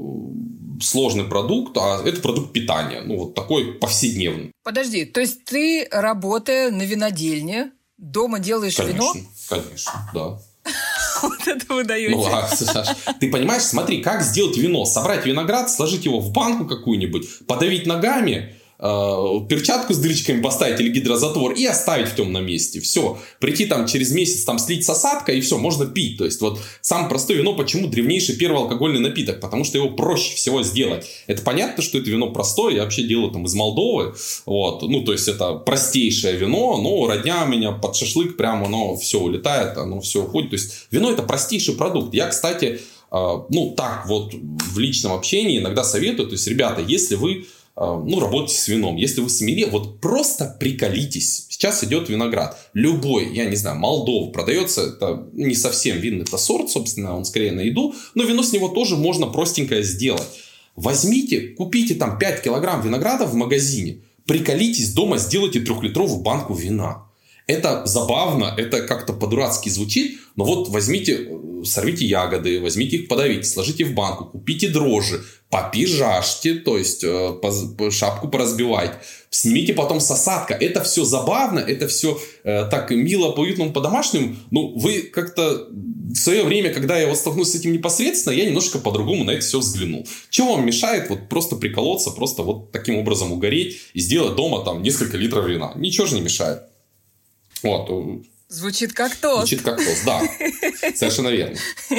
сложный продукт, а это продукт питания. Ну, вот такой повседневный. Подожди, то есть, ты, работая на винодельне, дома делаешь конечно, вино? Конечно, да. Вот это вы даете. Ну, а, Саш, ты понимаешь, смотри, как сделать вино. Собрать виноград, сложить его в банку какую-нибудь, подавить ногами, перчатку с дырочками поставить или гидрозатвор и оставить в темном месте. Все. Прийти там через месяц, там слить с осадкой, и все, можно пить. То есть, вот самое простое вино, почему древнейший первый алкогольный напиток? Потому что его проще всего сделать. Это понятно, что это вино простое. Я вообще делаю там из Молдовы. Вот. Ну, то есть, это простейшее вино, но родня у меня под шашлык прямо, оно все улетает, оно все уходит. То есть, вино это простейший продукт. Я, кстати, ну, так вот в личном общении иногда советую. То есть, ребята, если вы ну, работайте с вином. Если вы сомелье, вот просто приколитесь. Сейчас идет виноград. Любой, я не знаю, Молдова продается. Это не совсем винный это сорт, собственно, он скорее на еду. Но вино с него тоже можно простенькое сделать. Возьмите, купите там пять килограмм винограда в магазине. Приколитесь дома, сделайте трехлитровую банку вина. Это забавно, это как-то по-дурацки звучит, но вот возьмите, сорвите ягоды, возьмите их, подавите, сложите в банку, купите дрожжи, попижашьте, то есть шапку поразбивайте, снимите потом с осадка. Это все забавно, это все э, так мило, по-уютному, по-домашнему. Ну, вы как-то в свое время, когда я вот столкнулся с этим непосредственно, я немножко по-другому на это все взглянул. Чего вам мешает вот просто приколоться, просто вот таким образом угореть и сделать дома там несколько литров вина? Ничего же не мешает. Вот. Звучит как тост. Звучит как тост, да. Совершенно верно.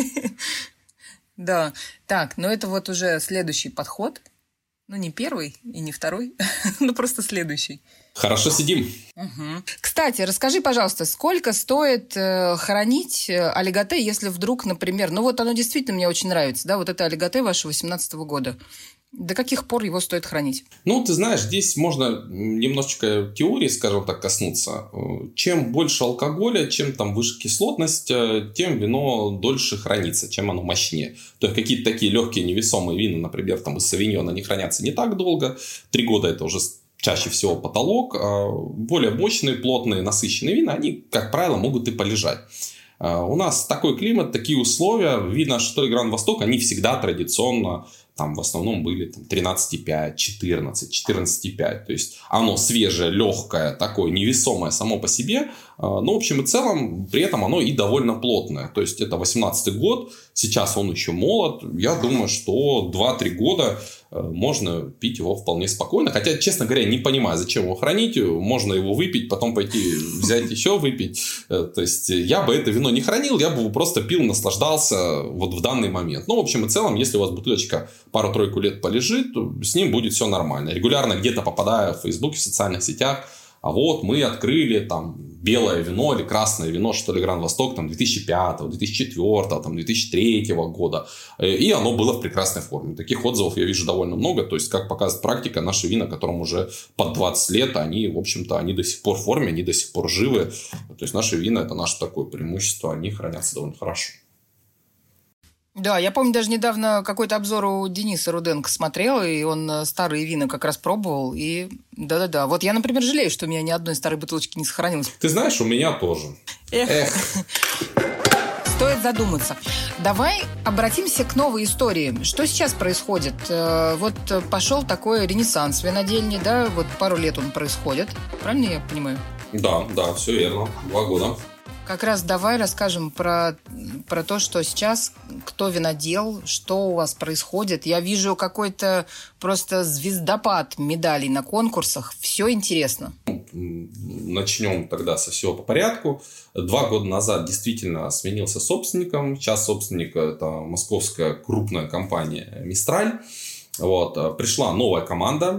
Да. Так, но это вот уже следующий подход. Ну, не первый и не второй, но просто следующий. Хорошо сидим. Угу. Кстати, расскажи, пожалуйста, сколько стоит э, хранить олиготе, если вдруг, например... Ну, вот оно действительно мне очень нравится, да, вот это олиготе ваше восемнадцатого года. До каких пор его стоит хранить? Ну, ты знаешь, здесь можно немножечко теории, скажем так, коснуться. Чем больше алкоголя, чем там выше кислотность, тем вино дольше хранится, чем оно мощнее. То есть, какие-то такие легкие невесомые вина, например, там из савиньона, они хранятся не так долго. Три года это уже чаще всего потолок. А более мощные, плотные, насыщенные вина, они, как правило, могут и полежать. У нас такой климат, такие условия. Вина Шато Гранд Восток, они всегда традиционно там в основном были там, тринадцать и пять, четырнадцать, четырнадцать и пять. То есть оно свежее, легкое, такое невесомое само по себе. Но в общем и целом при этом оно и довольно плотное. То есть это восемнадцатый год, сейчас он еще молод. Я думаю, что два-три года можно пить его вполне спокойно. Хотя, честно говоря, не понимаю, зачем его хранить. Можно его выпить, потом пойти взять еще выпить. То есть я бы это вино не хранил, я бы его просто пил, наслаждался вот в данный момент. Ну, в общем и целом, если у вас бутылочка пару-тройку лет полежит, то с ним будет все нормально. Регулярно где-то попадая в Фейсбуке, в социальных сетях, а вот мы открыли там белое вино или красное вино, что ли, Гранд Восток там две тысячи пятого, две тысячи четвёртого, там, две тысячи третьего года. И оно было в прекрасной форме. Таких отзывов я вижу довольно много. То есть, как показывает практика, наши вина, которым уже под двадцать лет, они, в общем-то, они до сих пор в форме, они до сих пор живы. То есть, наши вина – это наше такое преимущество. Они хранятся довольно хорошо. Да, я помню, даже недавно какой-то обзор у Дениса Руденко смотрел, и он старые вина как раз пробовал, и да-да-да. Вот я, например, жалею, что у меня ни одной старой бутылочки не сохранилось. Ты знаешь, у меня тоже. Эх. Эх. Стоит задуматься. Давай обратимся к новой истории. Что сейчас происходит? Вот пошел такой ренессанс винодельни, да, вот пару лет он происходит. Правильно я понимаю? Да, да, все верно. Два года. Как раз давай расскажем про, про то, что сейчас, кто винодел, что у вас происходит. Я вижу какой-то просто звездопад медалей на конкурсах. Все интересно. Начнем тогда со всего по порядку. Два года назад действительно сменился собственником. Сейчас собственник – это московская крупная компания «Мистраль». Вот. Пришла новая команда,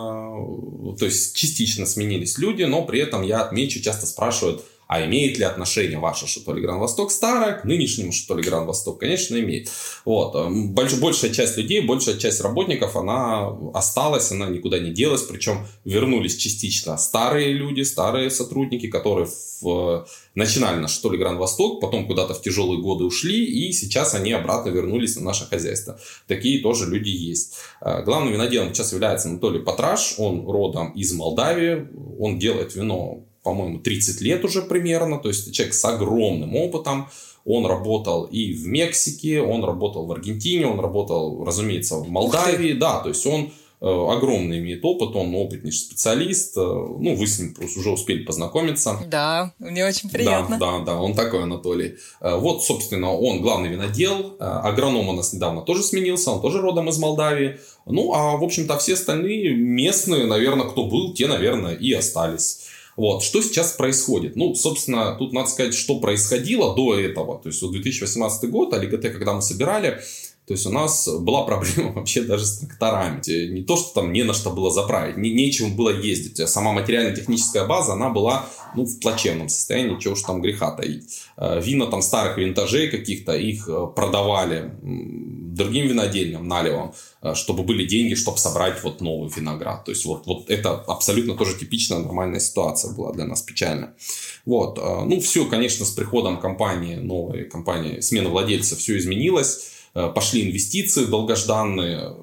то есть частично сменились люди, но при этом я отмечу, часто спрашивают, а имеет ли отношение ваше Шато Гранд Восток старое к нынешнему Шато Гранд Восток? Конечно, имеет. Вот. Больш, большая часть людей, большая часть работников, она осталась, она никуда не делась. Причем вернулись частично старые люди, старые сотрудники, которые в, начинали на Шато Гранд Восток, потом куда-то в тяжелые годы ушли, и сейчас они обратно вернулись на наше хозяйство. Такие тоже люди есть. Главным виноделом сейчас является Анатолий Патраш. Он родом из Молдавии. Он делает вино, по-моему, тридцать лет уже примерно. То есть, человек с огромным опытом. Он работал и в Мексике, он работал в Аргентине, он работал, разумеется, в Молдавии. Да, то есть, он э, огромный имеет опыт, он опытный специалист. Э, ну, вы с ним просто уже успели познакомиться. Да, мне очень приятно. Да, да, да, он такой Анатолий. Э, вот, собственно, он главный винодел. Э, агроном у нас недавно тоже сменился, он тоже родом из Молдавии. Ну, а, в общем-то, все остальные местные, наверное, кто был, те, наверное, и остались. Вот. Что сейчас происходит? Ну, собственно, тут надо сказать, что происходило до этого. То есть, вот две тысячи восемнадцатый год, АЛИГТ, когда мы собирали, то есть, у нас была проблема вообще даже с тракторами. Не то, что там не на что было заправить, не, нечем было ездить. А сама материально-техническая база, она была, ну, в плачевном состоянии, чего уж там греха таить. Вина там старых винтажей каких-то, их продавали другим винодельням, наливам, чтобы были деньги, чтобы собрать вот новый виноград. То есть, вот, вот это абсолютно тоже типичная нормальная ситуация была для нас, печальная. Вот. Ну, все, конечно, с приходом компании, новой компании, смены владельца, все изменилось. Пошли инвестиции долгожданные,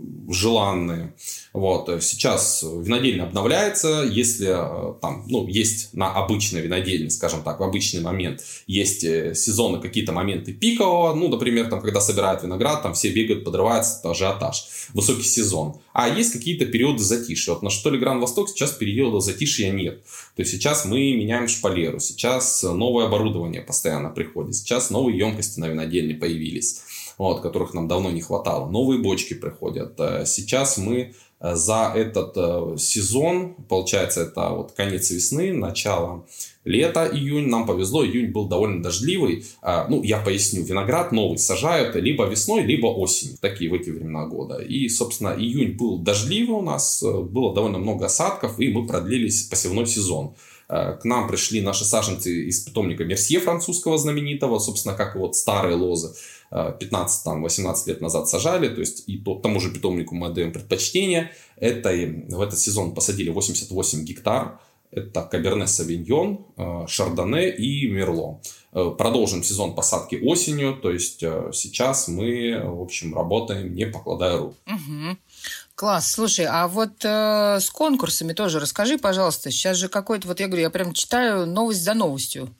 желанные. Вот. Сейчас винодельня обновляется. Если там, ну, есть на обычной винодельне, скажем так, в обычный момент есть сезоны, какие-то моменты пикового. Ну, например, там, когда собирают виноград, там все бегают, подрывается ажиотаж. Высокий сезон. А есть какие-то периоды затишья. Вот на Шато Гранд Восток сейчас периода затишья нет. То есть, сейчас мы меняем шпалеру. Сейчас новое оборудование постоянно приходит. Сейчас новые емкости на винодельне появились, вот, которых нам давно не хватало. Новые бочки приходят. Сейчас мы за этот сезон, получается, это вот конец весны, начало лета, июнь, нам повезло, июнь был довольно дождливый. Ну, я поясню, виноград новый сажают либо весной, либо осенью, такие в эти времена года. И, собственно, июнь был дождливый у нас, было довольно много осадков, и мы продлились посевной сезон. К нам пришли наши саженцы из питомника Мерсье французского знаменитого, собственно, как и вот старые лозы пятнадцать-восемнадцать лет назад сажали, то есть и то, тому же питомнику мы отдаем предпочтение. Это, в этот сезон посадили восемьдесят восемь гектар. Это Каберне Савиньон, Шардоне и Мерло. Продолжим сезон посадки осенью, то есть сейчас мы, в общем, работаем, не покладая рук. Угу. Класс. Слушай, а вот э, с конкурсами тоже расскажи, пожалуйста. Сейчас же какой-то, вот я говорю, я прям читаю новость за новостью.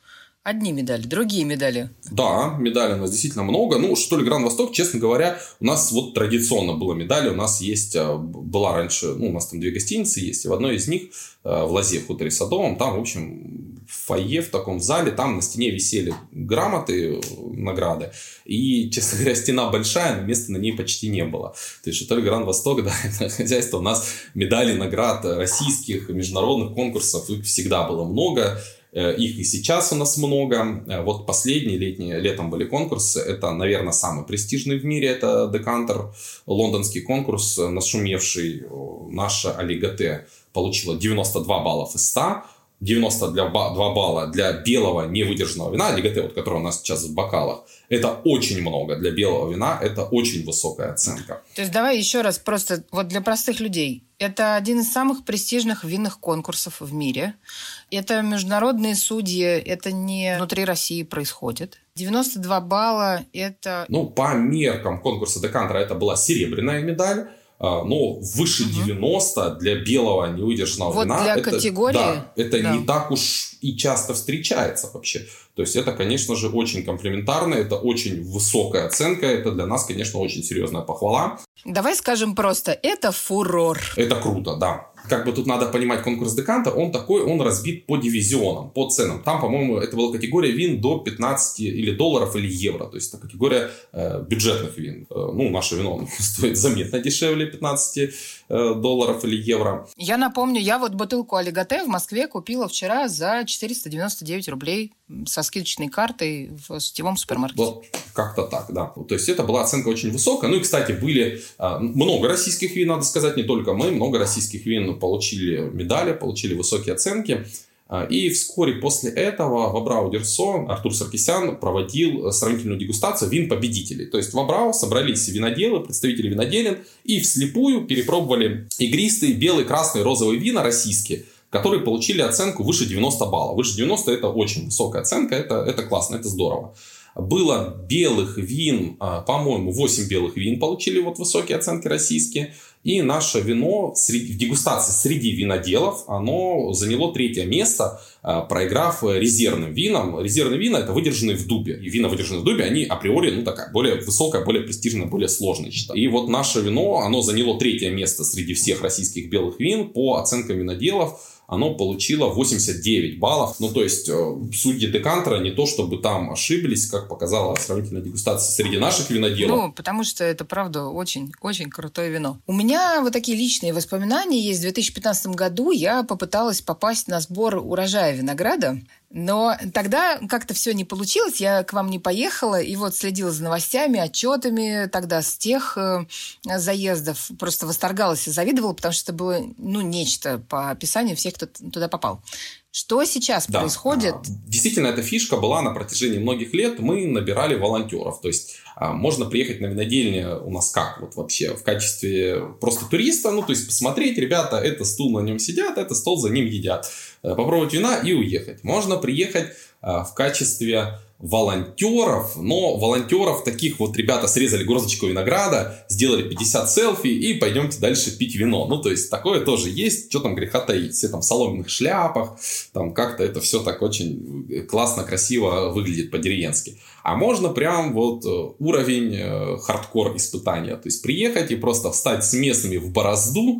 одни медали, другие медали. Да, медалей у нас действительно много. Ну, что ли, Гранд Восток, честно говоря, у нас вот традиционно было медали. У нас есть, была раньше, ну, у нас там две гостиницы есть. И в одной из них, в Лозе, в хуторе Садовом, там, в общем, в фойе, в таком зале, там на стене висели грамоты, награды. И, честно говоря, стена большая, но места на ней почти не было. То есть, что ли, Гранд Восток, да, это хозяйство. У нас медалей, наград российских, международных конкурсов, их всегда было много. Их и сейчас у нас много. Вот последние летние, летом были конкурсы. Это, наверное, самый престижный в мире. Это Декантер, лондонский конкурс, нашумевший. Наша Алигате получила девяносто два балла из ста. девяносто два балла для белого невыдержанного вина. Алигате, вот, который у нас сейчас в бокалах. Это очень много для белого вина. Это очень высокая оценка. То есть, давай еще раз просто вот для простых людей. Это один из самых престижных винных конкурсов в мире. Это международные судьи, это не внутри России происходит. девяносто два балла – это… Ну, по меркам конкурса Декантера это была серебряная медаль. Но выше девяноста для белого невыдержанного вот вина. Для это, категории, да, это да. не так уж и часто встречается вообще. То есть, это, конечно же, очень комплиментарно, это очень высокая оценка, это для нас, конечно, очень серьезная похвала. Давай скажем просто, это фурор. Это круто, да. Как бы тут надо понимать конкурс Декантер, он такой, он разбит по дивизионам, по ценам. Там, по-моему, это была категория вин до пятнадцати или долларов, или евро. То есть, это категория э, бюджетных вин. Э, ну, наше вино стоит заметно дешевле пятнадцати э, долларов или евро. Я напомню, я вот бутылку Алигате в Москве купила вчера за четыреста девяносто девять рублей со скидочной картой в сетевом супермаркете. Вот как-то так, да. То есть, это была оценка очень высокая. Ну, и, кстати, были э, много российских вин, надо сказать, не только мы. Много российских вин получили медали, получили высокие оценки. И вскоре после этого в Абрау Дюрсо Артур Саркисян проводил сравнительную дегустацию вин-победителей. То есть в Абрау собрались виноделы, представители виноделин и вслепую перепробовали игристые белые, красные, розовые вина российские, которые получили оценку выше девяноста баллов. Выше девяноста это очень высокая оценка, это, это классно, это здорово. Было белых вин, по-моему, восемь белых вин получили вот высокие оценки российские. И наше вино в дегустации среди виноделов, оно заняло третье место, проиграв резервным винам. Резервные вина – это выдержанные в дубе. И вина, выдержанные в дубе, они априори, ну, такая более высокая, более престижная, более сложная считают. И вот наше вино, оно заняло третье место среди всех российских белых вин по оценкам виноделов. Оно получило восемьдесят девять баллов. Ну, то есть, судьи Декантера не то, чтобы там ошиблись, как показала сравнительная дегустация среди наших виноделов. Ну, потому что это, правда, очень-очень крутое вино. У меня вот такие личные воспоминания есть. В две тысячи пятнадцатом году я попыталась попасть на сбор урожая винограда. Но тогда как-то все не получилось, я к вам не поехала, и вот следила за новостями, отчетами тогда с тех э, заездов, просто восторгалась и завидовала, потому что это было, ну, нечто по описанию всех, кто туда попал. Что сейчас да. происходит? Действительно, эта фишка была на протяжении многих лет. Мы набирали волонтеров. То есть, можно приехать на винодельню у нас как? Вот вообще в качестве просто туриста. Ну, то есть, посмотреть, ребята, это стул, на нем сидят, это стол, за ним едят. Попробовать вина и уехать. Можно приехать в качестве волонтеров, но волонтеров таких вот ребята срезали горсточку винограда, сделали пятьдесят селфи и пойдемте дальше пить вино. Ну, то есть, такое тоже есть, что там греха таить. Все там в соломенных шляпах, там как-то это все так очень классно, красиво выглядит по-деревенски. А можно прям вот уровень хардкор испытания. То есть, приехать и просто встать с местными в борозду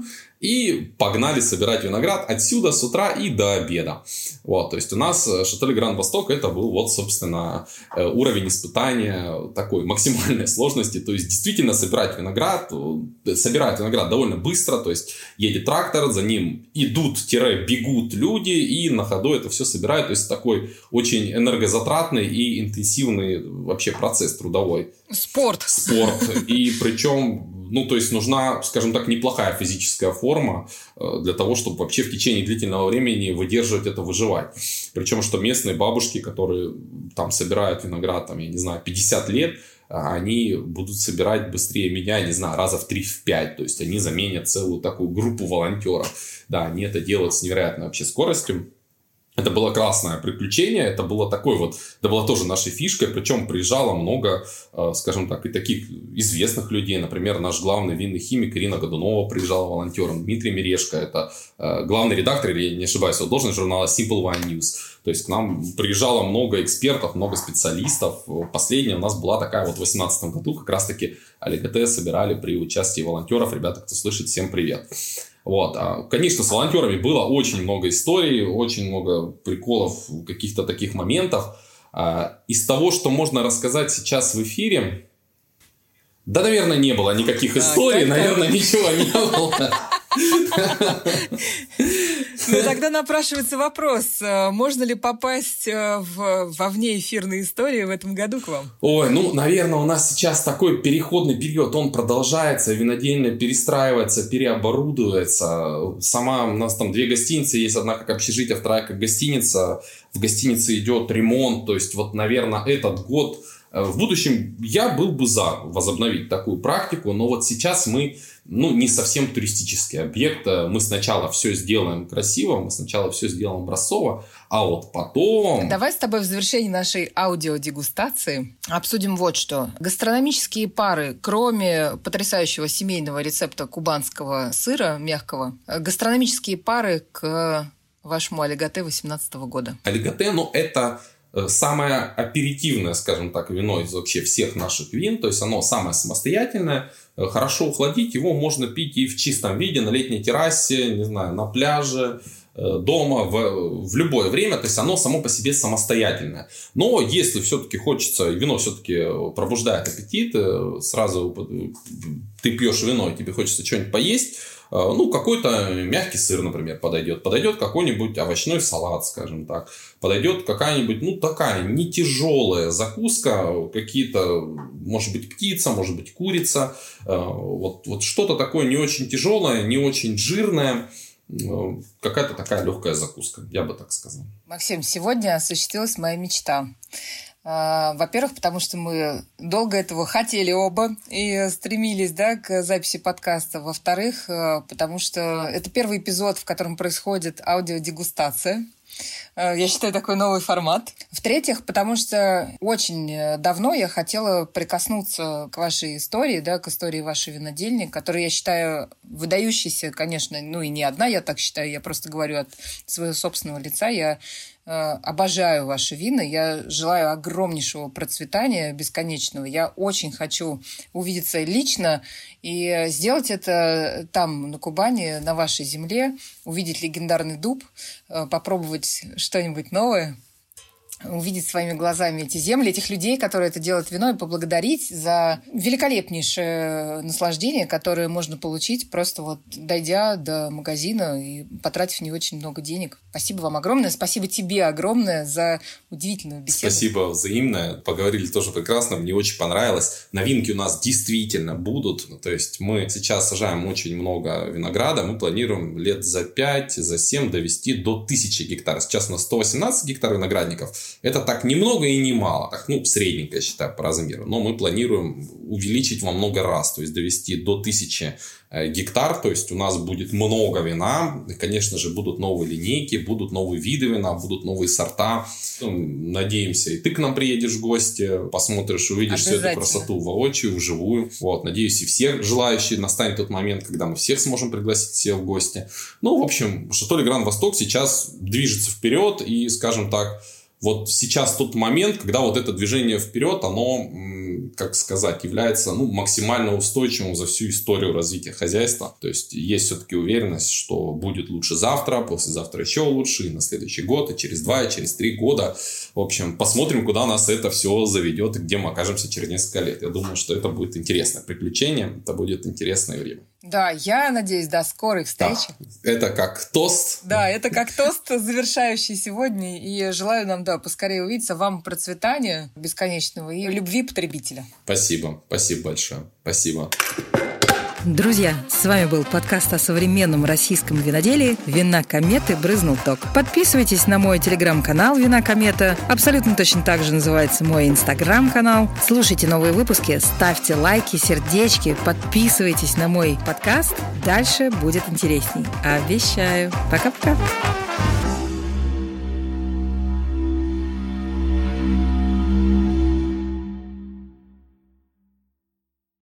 и погнали собирать виноград отсюда с утра и до обеда. Вот, то есть, у нас Шато Гранд Восток это был вот, собственно, уровень испытания такой максимальной сложности. То есть, действительно собирать виноград, собирать виноград довольно быстро. То есть, едет трактор, за ним идут-бегут люди и на ходу это все собирают. То есть, такой очень энергозатратный и интенсивный вообще процесс трудовой. Спорт. Спорт. И причем... Ну, то есть, нужна, скажем так, неплохая физическая форма для того, чтобы вообще в течение длительного времени выдерживать это, выживать. Причем, что местные бабушки, которые там собирают виноград, там, я не знаю, пятьдесят лет, они будут собирать быстрее меня, я не знаю, раза в три-пять. То есть, они заменят целую такую группу волонтеров. Да, они это делают с невероятной вообще скоростью. Это было классное приключение, это было такой вот, это было тоже нашей фишкой, причем приезжало много, скажем так, и таких известных людей, например, наш главный винный химик Ирина Годунова приезжала волонтером, Дмитрий Мирешко, это главный редактор, или не ошибаюсь, должность журнала Simple Wine News. То есть к нам приезжало много экспертов, много специалистов. Последняя у нас была такая вот в две тысячи восемнадцатом году, как раз-таки АЛИГТ собирали при участии волонтеров. Ребята, кто слышит, всем привет. Вот. Конечно, с волонтерами было очень много историй, очень много приколов, каких-то таких моментов. Из того, что можно рассказать сейчас в эфире, да, наверное, не было никаких историй, наверное, ничего не было. Ну, тогда напрашивается вопрос, можно ли попасть в, во внеэфирные истории в этом году к вам? Ой, ну, наверное, у нас сейчас такой переходный период, он продолжается, винодельня перестраивается, переоборудуется. Сама у нас там две гостиницы, есть одна как общежитие, вторая как гостиница. В гостинице идет ремонт, то есть, вот, наверное, этот год... В будущем я был бы за возобновить такую практику, но вот сейчас мы, ну, не совсем туристический объект. Мы сначала все сделаем красиво, мы сначала все сделаем образцово, а вот потом... Давай с тобой в завершении нашей аудиодегустации обсудим вот что. Гастрономические пары, кроме потрясающего семейного рецепта кубанского сыра мягкого, гастрономические пары к вашему АЛИГТ восемнадцатого года. АЛИГТ, ну, это... самое аперитивное, скажем так, вино из вообще всех наших вин. То есть, оно самое самостоятельное. Хорошо охладить. Его можно пить и в чистом виде, на летней террасе, не знаю, на пляже, дома, в, в любое время. То есть, оно само по себе самостоятельное. Но если все-таки хочется, вино все-таки пробуждает аппетит, сразу ты пьешь вино, и тебе хочется что-нибудь поесть, ну, какой-то мягкий сыр, например, подойдет. Подойдет какой-нибудь овощной салат, скажем так. Подойдет какая-нибудь, ну, такая не тяжелая закуска. Какие-то, может быть, птица, может быть, курица. Вот, вот что-то такое не очень тяжелое, не очень жирное. Какая-то такая легкая закуска, я бы так сказал. Максим, сегодня осуществилась моя мечта. Во-первых, потому что мы долго этого хотели оба и стремились, да, к записи подкаста. Во-вторых, потому что это первый эпизод, в котором происходит аудиодегустация. Я считаю, такой новый формат. В-третьих, потому что очень давно я хотела прикоснуться к вашей истории, да, к истории вашей винодельни, которую я считаю выдающейся, конечно, ну и не одна, я так считаю, я просто говорю от своего собственного лица. Я обожаю ваши вина, я желаю огромнейшего процветания бесконечного. Я очень хочу увидеться лично и сделать это там, на Кубани, на вашей земле, увидеть легендарный дуб, попробовать что-нибудь новое, увидеть своими глазами эти земли, этих людей, которые это делают вино, и поблагодарить за великолепнейшее наслаждение, которое можно получить, просто вот дойдя до магазина и потратив не очень много денег. Спасибо вам огромное. Спасибо тебе огромное за удивительную беседу. Спасибо взаимное. Поговорили тоже прекрасно. Мне очень понравилось. Новинки у нас действительно будут. То есть, мы сейчас сажаем очень много винограда. Мы планируем лет за пять, за семь довести до тысячи гектаров. Сейчас у нас сто восемнадцать гектар виноградников. Это так ни много и ни мало. Так, ну, средненько, я считаю, по размеру. Но мы планируем увеличить во много раз. То есть, довести до тысячи гектар. То есть, у нас будет много вина. И, конечно же, будут новые линейки, будут новые виды вина, будут новые сорта. Надеемся, и ты к нам приедешь в гости, посмотришь, увидишь всю эту красоту воочию, вживую. Вот, надеюсь, и все желающие, настанет тот момент, когда мы всех сможем пригласить всех в гости. Ну, в общем, Шато Легран Восток сейчас движется вперед. И, скажем так, вот сейчас тот момент, когда вот это движение вперед, оно, как сказать, является, ну, максимально устойчивым за всю историю развития хозяйства. То есть, есть все-таки уверенность, что будет лучше завтра, послезавтра еще лучше, и на следующий год, и через два, и через три года. В общем, посмотрим, куда нас это все заведет, и где мы окажемся через несколько лет. Я думаю, что это будет интересное приключение, это будет интересное время. Да, я надеюсь, до скорой встречи. Да, это как тост. Да, это как тост, завершающий сегодня. И желаю нам, да, поскорее увидеться. Вам процветания бесконечного и любви потребителя. Спасибо, спасибо большое. Спасибо. Друзья, с вами был подкаст о современном российском виноделии «Вина кометы. Брызнул ток». Подписывайтесь на мой телеграм-канал «Вина комета». Абсолютно точно так же называется мой инстаграм-канал. Слушайте новые выпуски, ставьте лайки, сердечки, подписывайтесь на мой подкаст. Дальше будет интересней. Обещаю. Пока-пока.